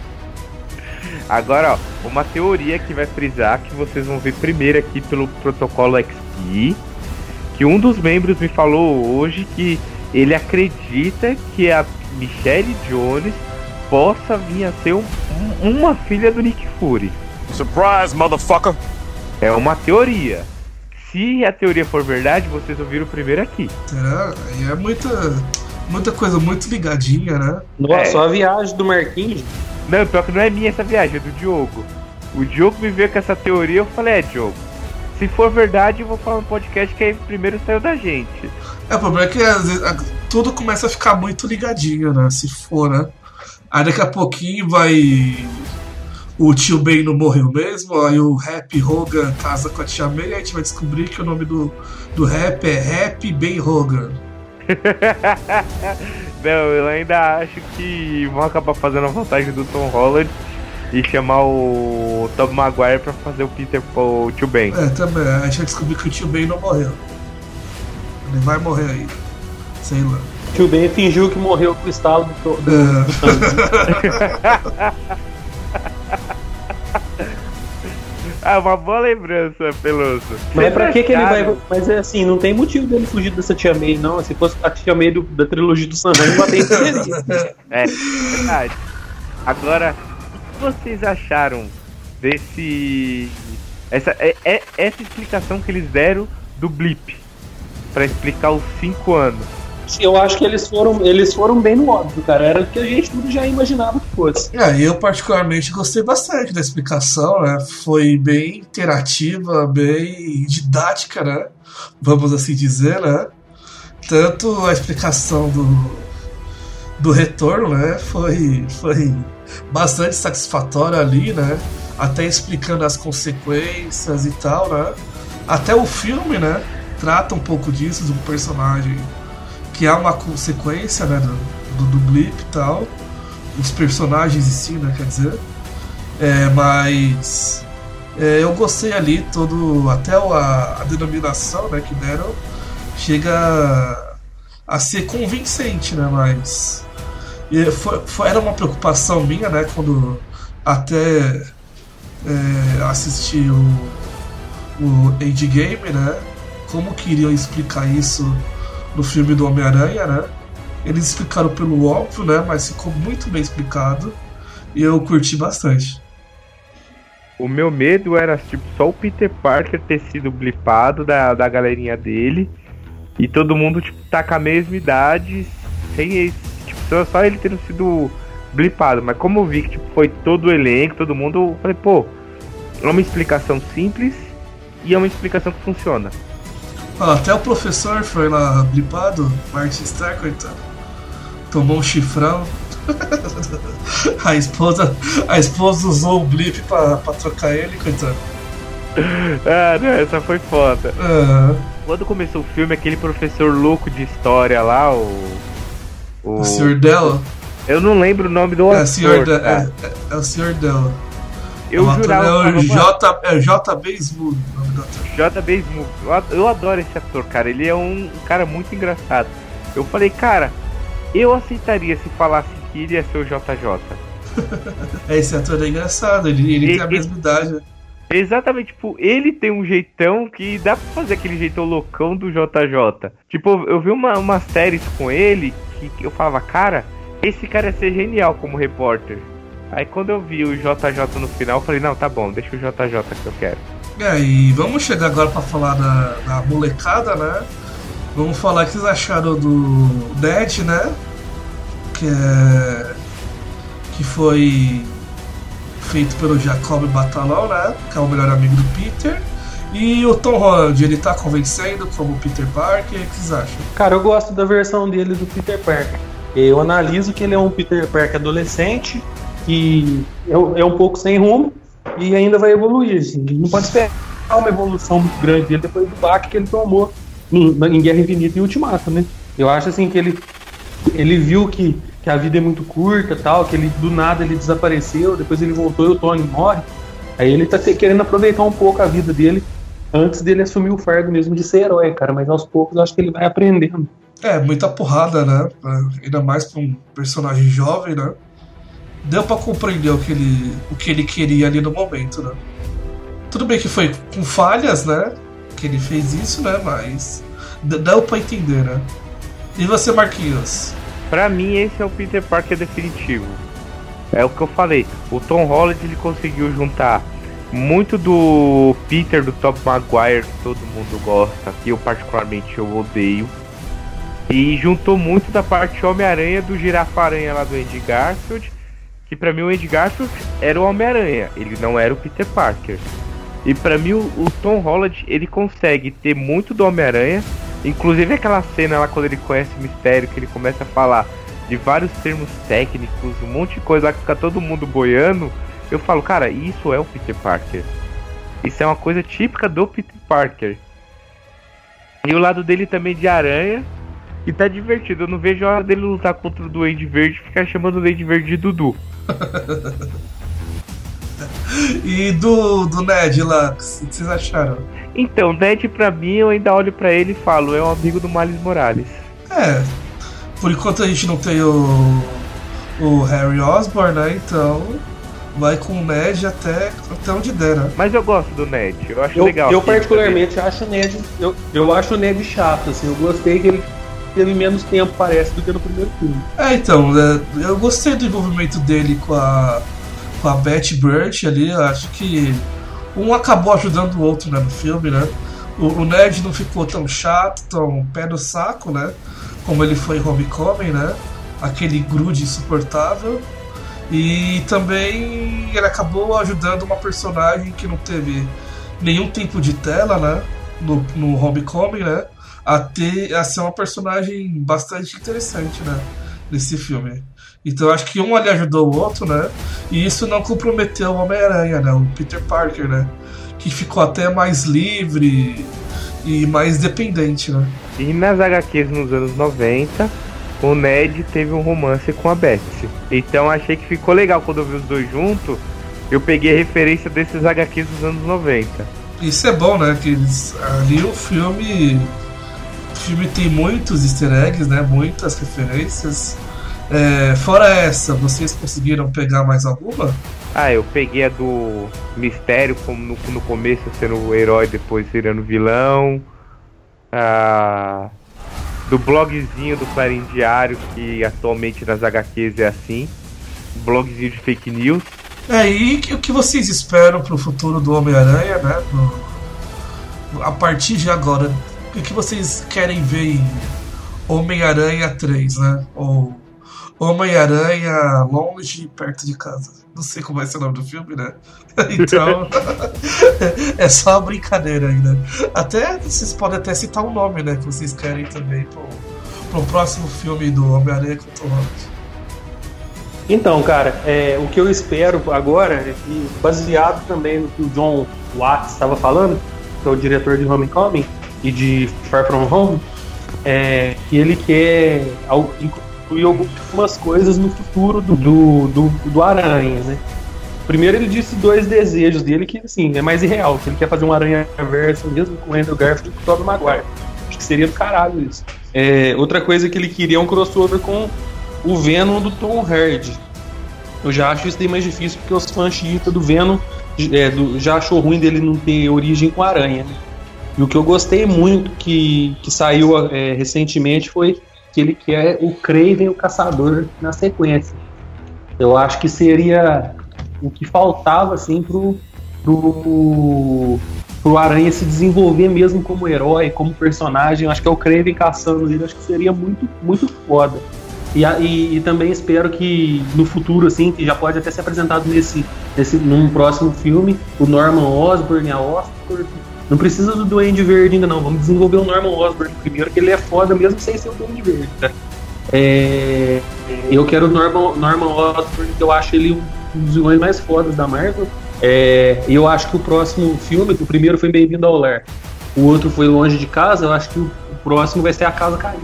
Agora, ó, uma teoria que vai frisar, que vocês vão ver primeiro aqui pelo protocolo XP, que um dos membros me falou hoje que ele acredita que a Michelle Jones possa vir a ser uma filha do Nick Fury. Surprise, motherfucker! É uma teoria. Se a teoria for verdade, vocês ouviram primeiro aqui. Será? Aí é muita coisa muito ligadinha, né? Nossa, só a viagem do Marquinhos. Não, pior que não é minha essa viagem, é do Diogo. O Diogo me veio com essa teoria, eu falei, Diogo, se for verdade eu vou falar no podcast que aí primeiro saiu da gente. O problema é que às vezes tudo começa a ficar muito ligadinho, né? Se for, né? Aí daqui a pouquinho vai... O tio Ben não morreu mesmo, aí o Happy Hogan casa com a tia May, aí a gente vai descobrir que o nome do Rap é Happy Ben Hogan. Não, eu ainda acho que vão acabar fazendo a vantagem do Tom Holland e chamar o Tom Maguire pra fazer o tio Ben. Também, a gente vai descobrir que o tio Ben não morreu. Ele vai morrer aí, sei lá. O tio Ben fingiu que morreu com o estalo do Uma boa lembrança, Peloso. Mas pra que ele vai... Mas é assim, não tem motivo dele fugir dessa tia May, não. Se fosse a tia May da trilogia do Sam Raimi, até entenderia. É verdade. Agora, o que vocês acharam desse... Essa explicação que eles deram do blip pra explicar os 5 anos. Eu acho que eles foram bem no óbvio, cara. Era o que a gente tudo já imaginava que fosse. Eu particularmente gostei bastante da explicação, né? Foi bem interativa, bem didática, né? Vamos assim dizer, né? Tanto a explicação do retorno, né? Foi bastante satisfatória ali, né? Até explicando as consequências e tal, né? Até o filme, né? Trata um pouco disso, do personagem que há uma consequência, né? Do blip e tal. Os personagens em si, né? Quer dizer. Mas eu gostei ali todo. Até a denominação, né? Que deram chega a ser convincente, né? Mas era uma preocupação minha, né? Quando até assisti o Endgame, né? Como queriam explicar isso no filme do Homem-Aranha, né? Eles explicaram pelo óbvio, né? Mas ficou muito bem explicado e eu curti bastante. O meu medo era tipo só o Peter Parker ter sido blipado da galerinha dele e todo mundo tipo tá com a mesma idade, sem esse, tipo, só ele tendo sido blipado. Mas como eu vi que tipo, foi todo o elenco, todo mundo, eu falei, pô, é uma explicação simples e é uma explicação que funciona. Até o professor foi lá blipado, Martin Starr, coitado. Tomou um chifrão. A esposa usou o blip pra trocar ele, coitado. Não, essa foi foda. Quando começou o filme, aquele professor louco de história lá, o Sr. Dell. Eu não lembro o nome do ator. É o Sr. Dell. Eu jurava. É o J.B. Smoot, o nome do ator. J.B. Smoot. Eu adoro esse ator, cara. Ele é um cara muito engraçado. Eu falei, cara, eu aceitaria se falasse que ele ia ser o JJ. Esse ator é engraçado, ele tem a mesma idade. Exatamente, tipo, ele tem um jeitão que dá pra fazer aquele jeitão loucão do JJ. Tipo, eu vi umas séries com ele que eu falava, cara, esse cara ia ser genial como repórter. Aí quando eu vi o JJ no final, eu falei, não, tá bom, deixa o JJ que eu quero. E vamos chegar agora pra falar da molecada, né? Vamos falar o que vocês acharam do Ned, né? Que foi feito pelo Jacob Batalon, né? Que é o melhor amigo do Peter. E o Tom Holland, ele tá convencendo como Peter Parker, o que vocês acham? Cara, eu gosto da versão dele do Peter Parker. Eu analiso que ele é um Peter Parker adolescente, que é um pouco sem rumo e ainda vai evoluir. Assim. Não pode esperar uma evolução muito grande dele depois do baque que ele tomou em Guerra Infinita e Ultimato, né? Eu acho assim que ele viu que a vida é muito curta, tal, que ele do nada ele desapareceu, depois ele voltou e o Tony morre. Aí ele tá querendo aproveitar um pouco a vida dele antes dele assumir o fardo mesmo de ser herói, cara. Mas aos poucos eu acho que ele vai aprendendo. Muita porrada, né? Ainda mais pra um personagem jovem, né? Deu pra compreender o que ele queria ali no momento, né? Tudo bem que foi com falhas, né? Que ele fez isso, né? Mas deu pra entender, né? E você, Marquinhos? Pra mim, esse é o Peter Parker definitivo. É o que eu falei. O Tom Holland, ele conseguiu juntar muito do Peter, do Tobey Maguire, que todo mundo gosta, que eu particularmente eu odeio. E juntou muito da parte Homem-Aranha do Girafa-Aranha lá do Andy Garfield. Que pra mim o Andy Garfield era o Homem-Aranha, ele não era o Peter Parker. E pra mim o Tom Holland, ele consegue ter muito do Homem-Aranha. Inclusive aquela cena lá quando ele conhece o Mistério, que ele começa a falar de vários termos técnicos, um monte de coisa lá que fica todo mundo boiando. Eu falo, cara, isso é o Peter Parker. Isso é uma coisa típica do Peter Parker. E o lado dele também de aranha, que tá divertido. Eu não vejo a hora dele lutar contra o Duende Verde e ficar chamando o Duende Verde de Dudu. E do Ned lá, o que vocês acharam? Então, o Ned pra mim, eu ainda olho pra ele e falo, é um amigo do Miles Morales. Por enquanto a gente não tem o Harry Osborn, né? Então vai com o Ned até onde der, né? Mas eu gosto do Ned, eu acho legal. Eu particularmente acho o Ned, eu acho o Ned chato, assim, eu gostei que ele teve menos tempo, parece, do que no primeiro filme. Então, eu gostei do envolvimento dele com a Betty Burt ali, eu acho que um acabou ajudando o outro, né, no filme, né? O Ned não ficou tão chato, tão pé no saco, né? Como ele foi em Homecoming, né? Aquele grude insuportável. E também ele acabou ajudando uma personagem que não teve nenhum tempo de tela, né? No Homecoming, né? A ser uma personagem bastante interessante, né? Nesse filme. Então acho que um ali ajudou o outro, né? E isso não comprometeu o Homem-Aranha, né? O Peter Parker, né? Que ficou até mais livre e mais dependente, né? E nas HQs nos anos 90, o Ned teve um romance com a Betsy. Então achei que ficou legal quando eu vi os dois juntos. Eu peguei a referência desses HQs dos anos 90. Isso é bom, né? Que ali o filme tem muitos easter eggs, né? Muitas referências. Fora essa, vocês conseguiram pegar mais alguma? Eu peguei a do Mistério, como no começo sendo o herói, depois virando vilão. Do blogzinho do Clarim Diário, que atualmente nas HQs é assim. Blogzinho de fake news. E o que vocês esperam pro futuro do Homem-Aranha, né? A partir de agora, o que vocês querem ver em Homem-Aranha 3, né? Ou Homem-Aranha Longe, Perto de Casa. Não sei como vai ser o nome do filme, né? Então, é só uma brincadeira aí, né? Até, vocês podem até citar um nome, né? Que vocês querem também pro próximo filme do Homem-Aranha com o Tom Holland. Então, cara, o que eu espero agora é que, baseado também no que o John Watts estava falando, que é o diretor de Homecoming e de Far From Home, que ele quer incluir algumas coisas no futuro do Aranha, né? Primeiro ele disse 2 desejos dele que, assim, é mais irreal, que ele quer fazer um Aranha-verso mesmo com o Andrew Garfield e com o Tobey Maguire. Acho que seria do caralho isso. Outra coisa que ele queria é um crossover com o Venom do Tom Hardy. Eu já acho isso daí mais difícil porque os fãs chiitas do Venom já achou ruim dele não ter origem com a Aranha, né? E o que eu gostei muito que saiu recentemente foi que ele quer o Kraven, o Caçador, na sequência. Eu acho que seria o que faltava assim pro Aranha se desenvolver mesmo como herói, como personagem. Eu acho que é o Kraven caçando ele, acho que seria muito, muito foda. E também espero que no futuro, assim, que já pode até ser apresentado num próximo filme, o Norman Osborn, a Oscorp. Não precisa do Duende Verde ainda não, vamos desenvolver o Norman Osborn primeiro, que ele é foda mesmo sem ser o Duende Verde, tá? Eu quero o Norman Osborn, que eu acho ele um dos vilões mais fodas da Marvel. E eu acho que o próximo filme, o primeiro foi Bem-vindo ao Lar, o outro foi Longe de Casa, eu acho que o próximo vai ser A Casa Caiu.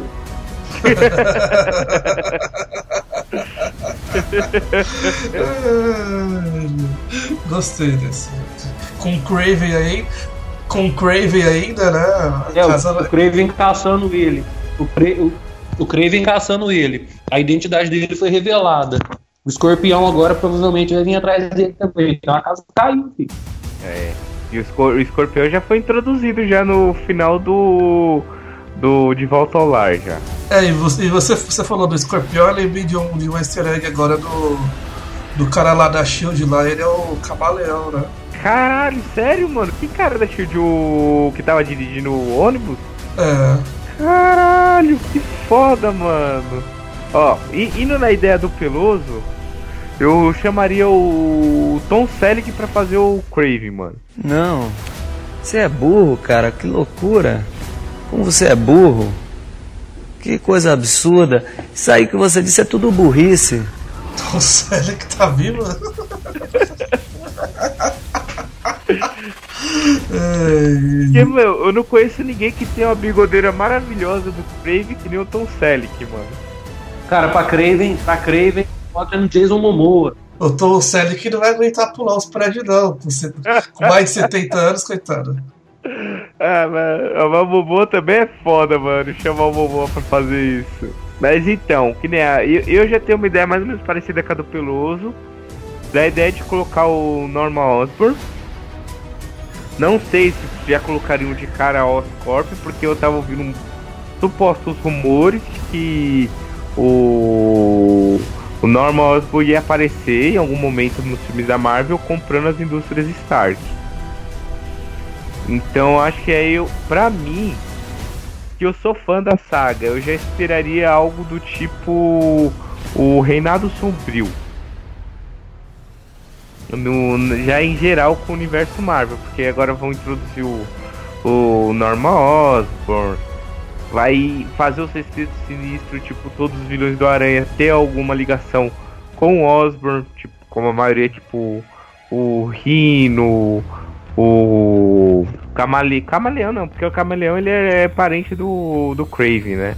Gostei desse. Com o Kraven ainda, né? O Kraven caçando ele. O Kraven caçando ele. A identidade dele foi revelada. O Escorpião agora provavelmente vai vir atrás dele também. Então a casa caiu, filho. E o Escorpião já foi introduzido já no final do De Volta ao Lar já. E você falou do Escorpião, eu lembrei de um easter egg agora do cara lá da Shield lá, ele é o Camaleão, né? Caralho, sério, mano? Que cara da Shield que tava dirigindo o ônibus? Caralho, que foda, mano. Ó, indo na ideia do Peloso, eu chamaria o Tom Selleck pra fazer o Kraven, mano. Não, você é burro, cara, que loucura. Como você é burro. Que coisa absurda. Isso aí que você disse é tudo burrice. Tom Selleck tá vivo? Porque, meu, eu não conheço ninguém que tenha uma bigodeira maravilhosa do Kraven que nem o Tom Selleck, mano. Cara, pra Kraven, bota no Jason Momoa. O Tom Selleck não vai aguentar pular os prédios, não. Com mais de 70 anos, coitado. Mas o Momoa também é foda, mano. Chamar o Momoa pra fazer isso. Mas então, que nem eu já tenho uma ideia mais ou menos parecida com a do Peloso. Da ideia de colocar o Norman Osborn. Não sei se já colocariam de cara a Oscorp, porque eu tava ouvindo supostos rumores que o Norman Osborn ia aparecer em algum momento nos filmes da Marvel comprando as indústrias Stark. Então acho que aí pra mim, que eu sou fã da saga, eu já esperaria algo do tipo o Reinado Sombrio. Já em geral com o universo Marvel, porque agora vão introduzir o Norman Osborn, vai fazer o Sexteto Sinistro, tipo, todos os vilões do Aranha ter alguma ligação com o Osborn, tipo, como a maioria, tipo, o Rhino, o Camaleão não, porque o Camaleão ele é parente do Kraven, né?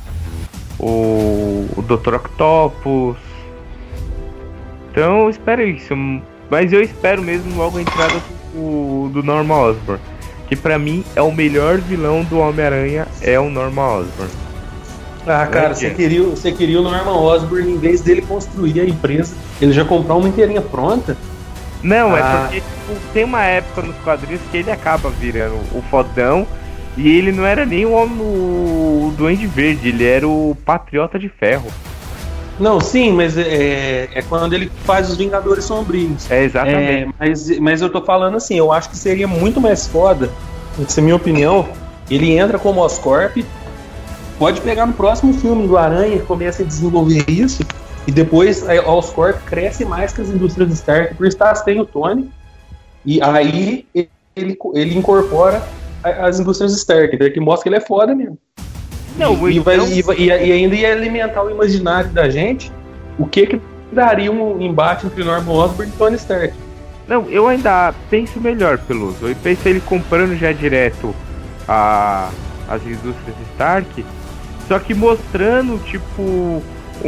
O Dr. Octopus. Então eu espero isso, mas eu espero mesmo logo a entrada do Norman Osborn, que pra mim é o melhor vilão do Homem-Aranha, é o Norman Osborn. Ah, cara, você queria o Norman Osborn, em vez dele construir a empresa, ele já comprou uma inteirinha pronta? Não, é porque tipo, tem uma época nos quadrinhos que ele acaba virando o fodão, e ele não era nem o Duende Verde, ele era o Patriota de Ferro. Não, sim, mas é quando ele faz os Vingadores Sombrios. É, exatamente. Mas eu tô falando assim, eu acho que seria muito mais foda, essa é a minha opinião, ele entra como Oscorp, pode pegar no próximo filme do Aranha, começa a desenvolver isso, e depois a Oscorp cresce mais que as indústrias Stark, por estar sem o Tony, e aí ele incorpora as indústrias Stark, que mostra que ele é foda mesmo. Não, e ainda ia alimentar o imaginário da gente o que daria um embate entre Norman Osborn e Tony Stark. Não, eu ainda penso melhor, Peluso. Eu penso ele comprando já direto as indústrias Stark, só que mostrando, tipo,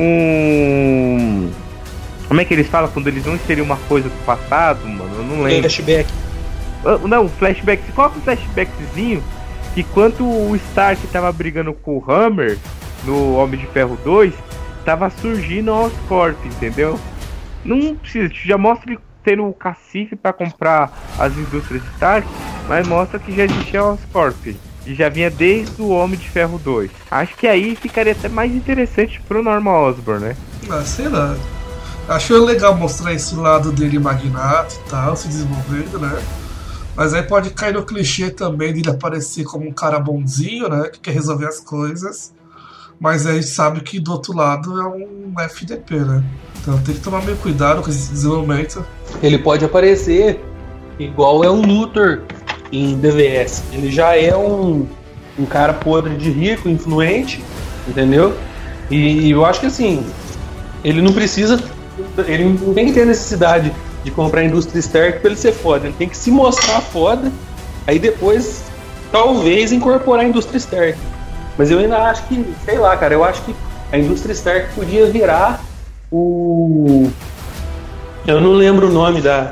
como é que eles falam quando eles não inseriam uma coisa do passado, mano? Eu não lembro. Flashback. Não, flashback. Você coloca um flashbackzinho que quando o Stark tava brigando com o Hammer no Homem de Ferro 2, tava surgindo a Oscorp, entendeu? Não precisa, já mostra ele tendo o cacife pra comprar as indústrias Stark, mas mostra que já existia a Oscorp, e já vinha desde o Homem de Ferro 2. Acho que aí ficaria até mais interessante pro Norman Osborn, né? Ah, sei lá. Acho legal mostrar esse lado dele magnata e tal, se desenvolvendo, né? Mas aí pode cair no clichê também dele aparecer como um cara bonzinho, né? Que quer resolver as coisas. Mas aí a gente sabe que do outro lado é um FDP, né? Então tem que tomar meio cuidado com esse desenvolvimento. Ele pode aparecer igual é o Luthor em DVS. Ele já é um cara podre de rico, influente, entendeu? E eu acho que assim, ele não precisa... Ele não tem que ter necessidade de comprar a indústria Stark pra ele ser foda. Ele tem que se mostrar foda, aí depois talvez incorporar a indústria Stark. Mas eu ainda acho que, sei lá, cara, eu acho que a indústria Stark podia virar o... Eu não lembro o nome da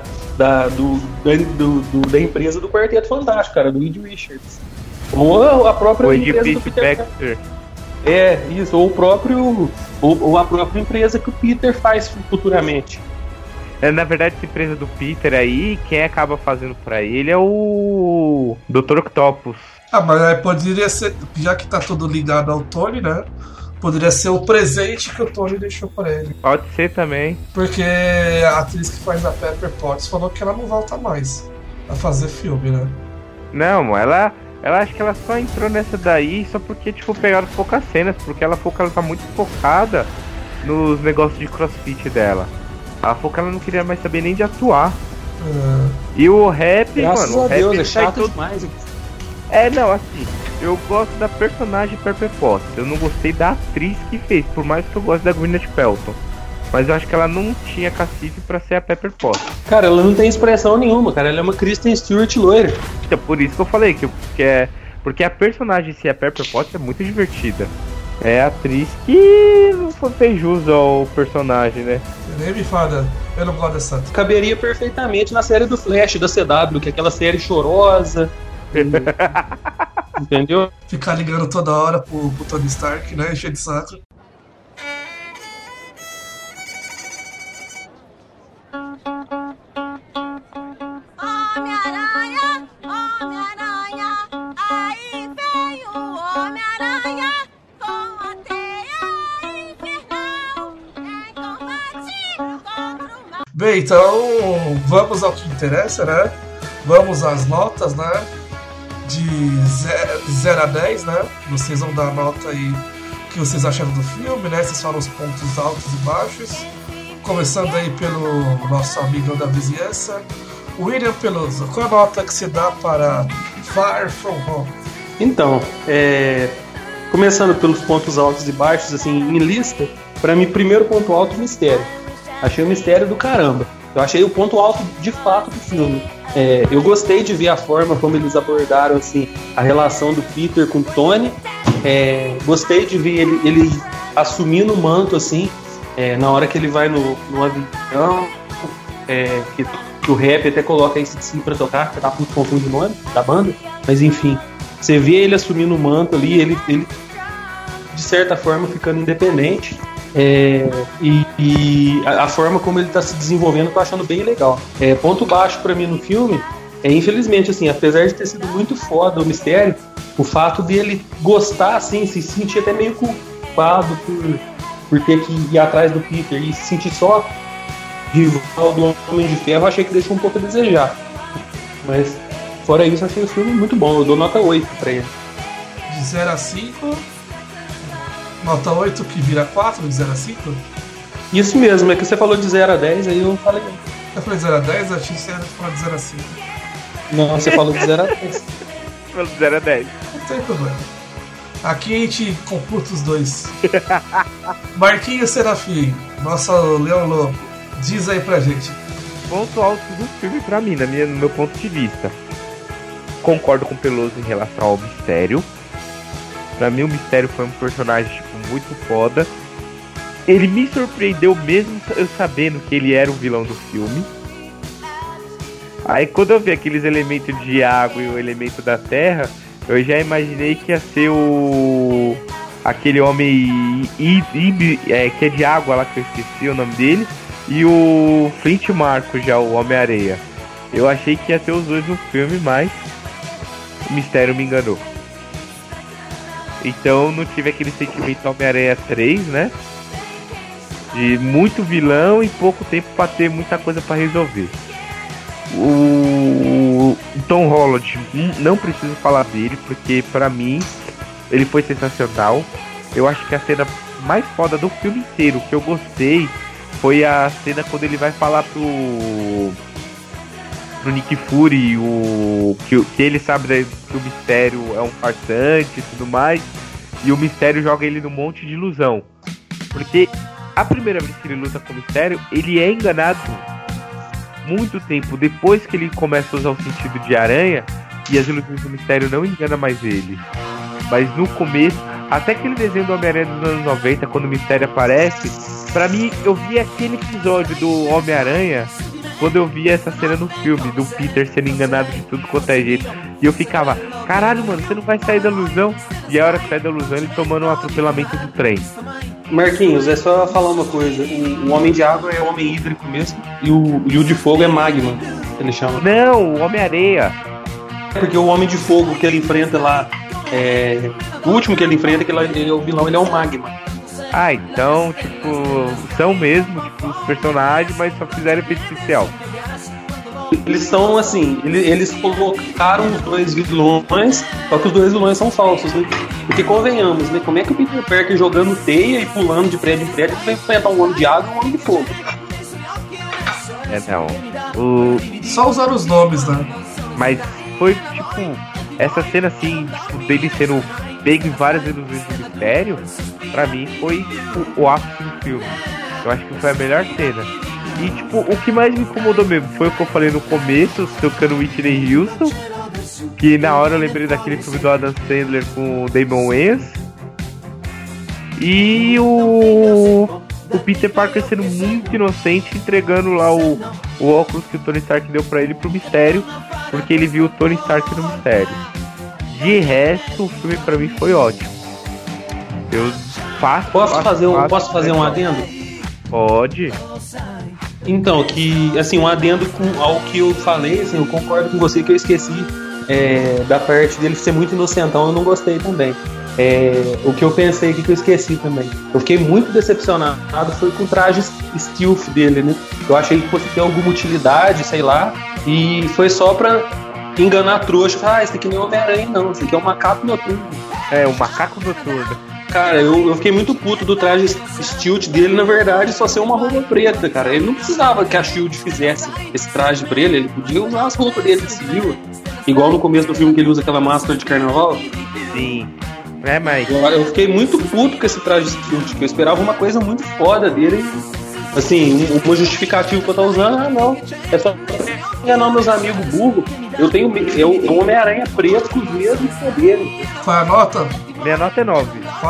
empresa do Quarteto Fantástico, cara, do Reed Richards. Ou a própria empresa do Peter Parker. É, isso, ou a própria empresa que o Peter faz futuramente. Na verdade, essa empresa do Peter aí, quem acaba fazendo pra ele é o Dr. Octopus. Ah, mas aí poderia ser, já que tá tudo ligado ao Tony, né? Poderia ser o presente que o Tony deixou pra ele. Pode ser também. Porque a atriz que faz a Pepper Potts falou que ela não volta mais a fazer filme, né? Não, ela acho que ela só entrou nessa daí só porque, tipo, pegaram poucas cenas, porque ela falou que ela tá muito focada nos negócios de crossfit dela. Ela falou que ela não queria mais saber nem de atuar. E o rap, graças mano, a o rap Deus, é chato demais. Não, assim, eu gosto da personagem Pepper Potts. Eu não gostei da atriz que fez, por mais que eu goste da Gwyneth Paltrow. Mas eu acho que ela não tinha cacife pra ser a Pepper Potts. Cara, ela não tem expressão nenhuma, cara. Ela é uma Kristen Stewart loira. Então, por isso que eu falei porque a personagem em si, a Pepper Potts, é muito divertida. É a atriz que não fez jus ao personagem, né? Nem me fala, eu não gosto dessa. Caberia perfeitamente na série do Flash, da CW, que é aquela série chorosa. Entendeu? Ficar ligando toda hora pro Tony Stark, né? Cheio de saco. Homem-Aranha, Homem-Aranha, aí vem o Homem-Aranha com a teia infernal em combate contra o mal. Bem, então vamos ao que interessa, né? Vamos às notas, né? de 0 a 10, né? Vocês vão dar nota aí o que vocês acharam do filme, né? Vocês falam os pontos altos e baixos. Começando aí pelo nosso amigão da vizinhança, William Peloso. Qual a nota que você dá para Far From Home? Então, começando pelos pontos altos e baixos, assim, em lista, pra mim, primeiro ponto alto, mistério. Achei o mistério do caramba. Eu achei o ponto alto, de fato, do filme. Eu gostei de ver a forma como eles abordaram, assim, a relação do Peter com o Tony. Gostei de ver ele assumindo o manto, assim, na hora que ele vai no avião, que o rap até coloca esse sim pra tocar, que tá muito confuso o nome da banda, mas enfim, você vê ele assumindo o manto ali, ele de certa forma ficando independente, e a forma como ele tá se desenvolvendo eu tô achando bem legal. Ponto baixo pra mim no filme infelizmente, assim, apesar de ter sido muito foda o mistério, o fato dele gostar, assim, se sentir até meio culpado por ter que ir atrás do Peter e se sentir só rival do Homem de Ferro, achei que deixou um pouco a desejar. Mas, fora isso, achei o filme muito bom. Eu dou nota 8 pra ele. De 0 a 5, nota 8 que vira 4 de 0 a 5? Isso mesmo, é que você falou de 0 a 10, aí eu falei... Eu falei 0 a 10, eu achei que você ia falar de 0 a 5. Não, você falou de 0 a 10. Falou de 0 a 10. Não tem problema. Aqui a gente computa os dois. Marquinhos Serafim, nosso Leão Lobo, diz aí pra gente. Ponto alto do filme pra mim, no meu ponto de vista. Concordo com o Peloso em relação ao mistério. Pra mim o mistério foi um personagem muito foda. Ele me surpreendeu mesmo eu sabendo que ele era o vilão do filme. Aí quando eu vi aqueles elementos de água e o elemento da terra, eu já imaginei que ia ser aquele homem que é de água lá, que eu esqueci o nome dele, e o Flint Marko, já o Homem-Areia. Eu achei que ia ter os dois no filme, mas o mistério me enganou. Então não tive aquele sentimento Homem-Aranha 3, né? De muito vilão e pouco tempo pra ter muita coisa pra resolver. O Tom Holland, não preciso falar dele, porque pra mim ele foi sensacional. Eu acho que a cena mais foda do filme inteiro que eu gostei foi a cena quando ele vai falar pro Nick Fury que ele sabe que o mistério é um farsante e tudo mais, e o mistério joga ele num monte de ilusão, porque a primeira vez que ele luta com o mistério, ele é enganado muito tempo depois que ele começa a usar o sentido de aranha, e as ilusões do mistério não enganam mais ele. Mas no começo, até aquele desenho do Homem-Aranha dos anos 90, quando o mistério aparece, pra mim, eu vi aquele episódio do Homem-Aranha quando eu vi essa cena no filme, do Peter sendo enganado de tudo quanto é jeito. E eu ficava, caralho, mano, você não vai sair da ilusão? E a hora que sai da ilusão, ele tomando um atropelamento do trem. Marquinhos, é só falar uma coisa. O Homem de Água é o Homem Hídrico mesmo, e o de Fogo é Magma, que ele chama. Não, o Homem-Areia. Porque o Homem de Fogo que ele enfrenta lá, o último que ele enfrenta, que ele é o vilão, ele é o Magma. Ah, então, são mesmo, os personagens, mas só fizeram efeito especial. Eles são assim, eles colocaram os dois vilões, só que os dois vilões são falsos, né? Porque convenhamos, né? Como é que o Peter Parker jogando teia e pulando de prédio em prédio vai enfrentar um homem de água e um homem de fogo? Não. Só usaram os nomes, né? Mas foi essa cena assim, dele sendo pego em várias ilusões do mistério, pra mim foi o ápice do filme. Eu acho que foi a melhor cena. E o que mais me incomodou mesmo foi o que eu falei no começo, tocando Whitney Houston, que na hora eu lembrei daquele filme do Adam Sandler com o Damon Wayans. E o Peter Parker sendo muito inocente, entregando lá o óculos que o Tony Stark deu pra ele pro mistério, porque ele viu o Tony Stark no mistério. De resto, o filme pra mim foi ótimo. Eu Posso fazer um adendo? Pode. Então, que assim, um adendo ao que eu falei, assim, eu concordo com você que eu esqueci da parte dele ser muito inocentão, eu não gostei também. O que eu pensei aqui que eu esqueci também. Eu fiquei muito decepcionado foi com o traje stealth dele, né? Eu achei que fosse ter alguma utilidade, sei lá, e foi só pra enganar trouxa. Esse aqui não é Homem-Aranha, não. Esse aqui é o Macaco Noturno. É, o Macaco Noturno. Cara, eu fiquei muito puto do traje Stilt dele, na verdade, só ser uma roupa preta, cara. Ele não precisava que a Shield fizesse esse traje pra ele podia usar as roupas dele de civil. Igual no começo do filme que ele usa aquela máscara de carnaval. Sim. É, mas... Eu fiquei muito puto com esse traje Stilt, porque eu esperava uma coisa muito foda dele. Assim, uma justificativa que eu tô usando, não. É só pra enganar meus amigos burros. Eu tenho um Homem-Aranha preto com os mesmos poderes. Qual é a nota? Minha nota é 9.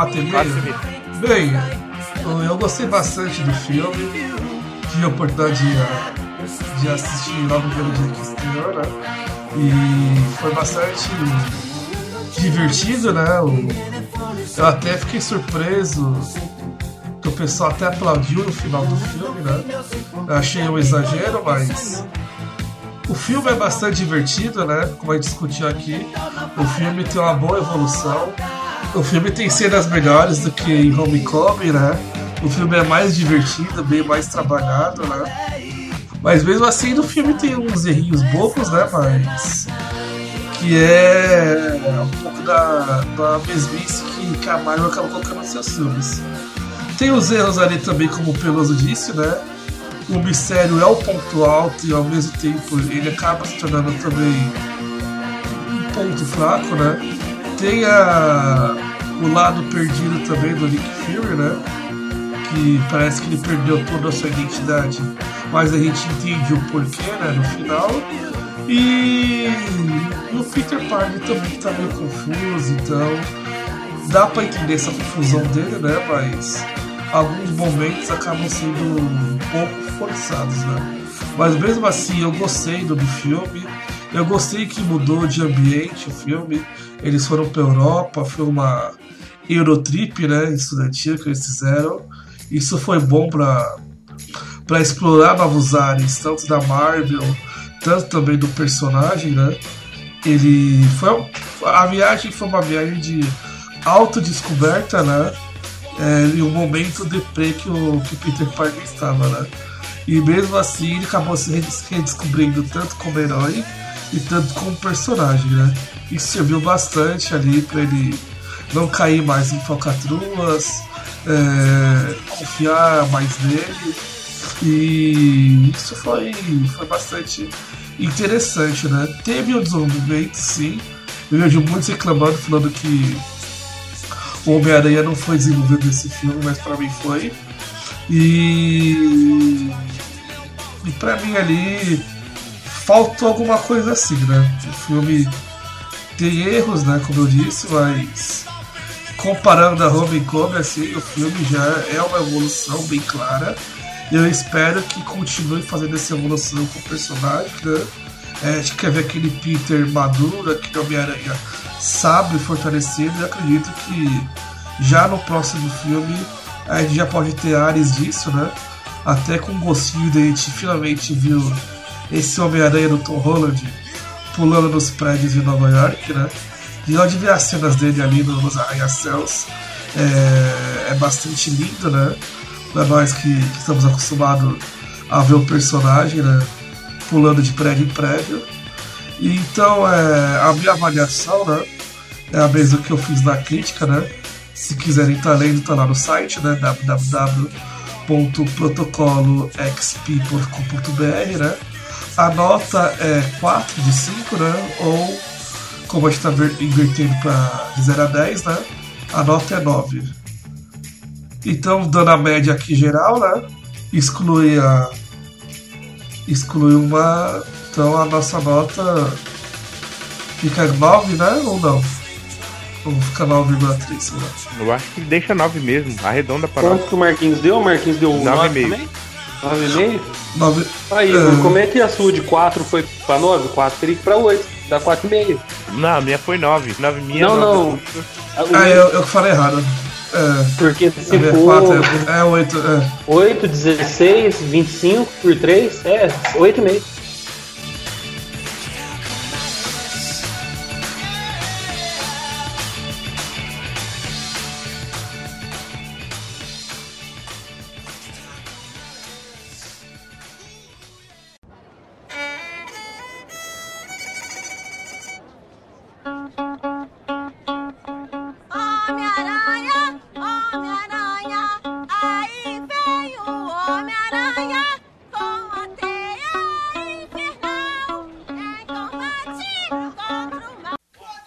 4,5? Bem, eu gostei bastante do filme. Tive a oportunidade de assistir logo pelo dia que estreou, né? E foi bastante divertido, né? Eu até fiquei surpreso que o pessoal até aplaudiu no final do filme, né? Eu achei um exagero, mas o filme é bastante divertido, né? Como a gente discutiu aqui, o filme tem uma boa evolução. O filme tem cenas melhores do que em Homecoming, né? O filme é mais divertido, bem mais trabalhado, né? Mas mesmo assim, no filme tem uns errinhos bobos, né? Mas que é um pouco da mesmice que a Marvel acaba colocando nos seus filmes. Tem os erros ali também, como o Peloso disse, né? O mistério é o ponto alto e ao mesmo tempo ele acaba se tornando também um ponto fraco, né? Tem o lado perdido também do Nick Fury, né? Que parece que ele perdeu toda a sua identidade, mas a gente entende o porquê, né? No final. E o Peter Parker também que tá meio confuso, então dá pra entender essa confusão dele, né? Mas alguns momentos acabam sendo um pouco forçados, né? Mas mesmo assim eu gostei do filme. Eu gostei que mudou de ambiente o filme. Eles foram pra Europa, foi uma Eurotrip, né, estudantil que eles fizeram. Isso foi bom pra explorar novos ares, tanto da Marvel, tanto também do personagem, né? A viagem foi uma viagem de autodescoberta, né? E um momento deprê que o Peter Parker estava, né? E mesmo assim ele acabou se redescobrindo tanto como herói e tanto como personagem, né? Isso serviu bastante ali para ele não cair mais em falcatruas, confiar mais nele, e isso foi bastante interessante, né? Teve um desenvolvimento, sim. Eu vejo muitos reclamando, falando que o Homem-Aranha não foi desenvolvido nesse filme, mas pra mim foi. E pra mim ali faltou alguma coisa assim, né? O filme tem erros, né? Como eu disse, mas comparando a Homecoming, assim, o filme já é uma evolução bem clara. E eu espero que continue fazendo essa evolução com o personagem, né? A gente quer ver aquele Peter maduro, aquele Homem-Aranha sábio e fortalecido. E acredito que já no próximo filme a gente já pode ter áreas disso, né? Até com um gostinho de a gente finalmente viu esse Homem-Aranha do Tom Holland pulando nos prédios de Nova York, né? E onde ver as cenas dele ali nos arranha-céus é bastante lindo, né? Pra nós que estamos acostumados a ver o personagem, né? Pulando de prédio em prédio. E então a minha avaliação, né? É a mesma que eu fiz na crítica, né? Se quiserem estar lendo, tá lá no site, né? www.protocolosxp.com.br, né? A nota é 4 de 5, né? Ou, como a gente está invertendo para de 0 a 10, né? A nota é 9. Então, dando a média aqui geral, né? Exclui uma. Então a nossa nota fica 9, né? Ou não? Ou fica 9,3, sei lá. Eu acho que deixa 9 mesmo, arredonda para 9. Quanto que o Marquinhos deu? O Marquinhos deu 9 também? 9,5? 9. Aí, como é que a sua de 4 foi pra 9? 4 teria que ir pra 8. Dá 4,5. Não, a minha foi 9. 9 minha. Não. Eu falei errado. Porque se for 4, é 8. 8, 16, 25 por 3, 8,5. vem o Homem-Aranha com a teia infernal em combate contra o mal.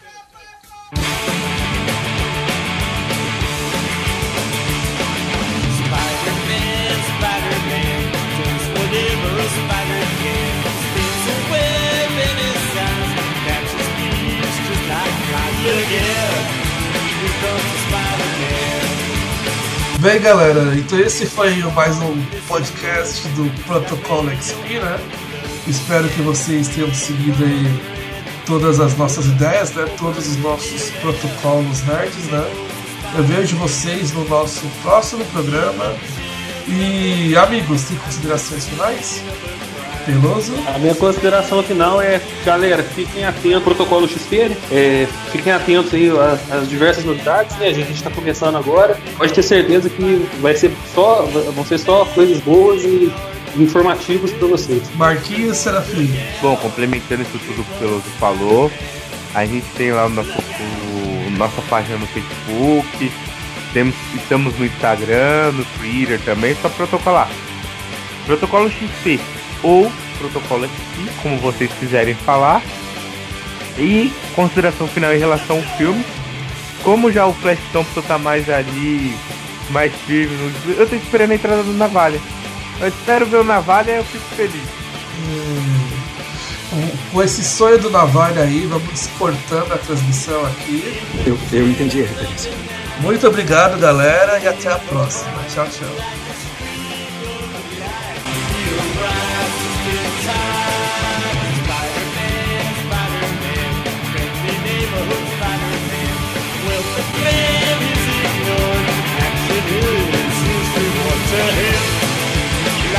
Spider-Man, Spider-Man, does whatever a spider can. Spins a web in his eyes, catches thieves just like flies. Look out, here comes the Spider-Man. Bem, galera, então esse foi mais um podcast do Protocolo XP, né? Espero que vocês tenham seguido aí todas as nossas ideias, né? Todos os nossos protocolos nerds, né? Eu vejo vocês no nosso próximo programa. E, amigos, tem considerações finais? Peloso? A minha consideração final é, galera, fiquem atentos ao protocolo XP, fiquem atentos aí às diversas novidades, né? A gente está começando agora. Pode ter certeza que vão ser só coisas boas e informativos para vocês. Marquinhos Serafim. Bom, complementando isso tudo que o Peloso falou, a gente tem lá nossa página no Facebook, estamos no Instagram, no Twitter também, só protocolar. Protocolo XP ou Protocolo XP, como vocês quiserem falar. E consideração final em relação ao filme, como já o Flash Thompson tá mais ali, mais firme, eu tô esperando a entrada do Navalha. Eu espero ver o Navalha e eu fico feliz. Com esse sonho do Navalha aí, vamos cortando a transmissão aqui. Eu entendi a referência. Muito obrigado, galera, e até a próxima. Tchau, tchau.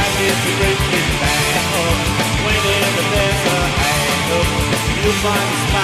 You'll find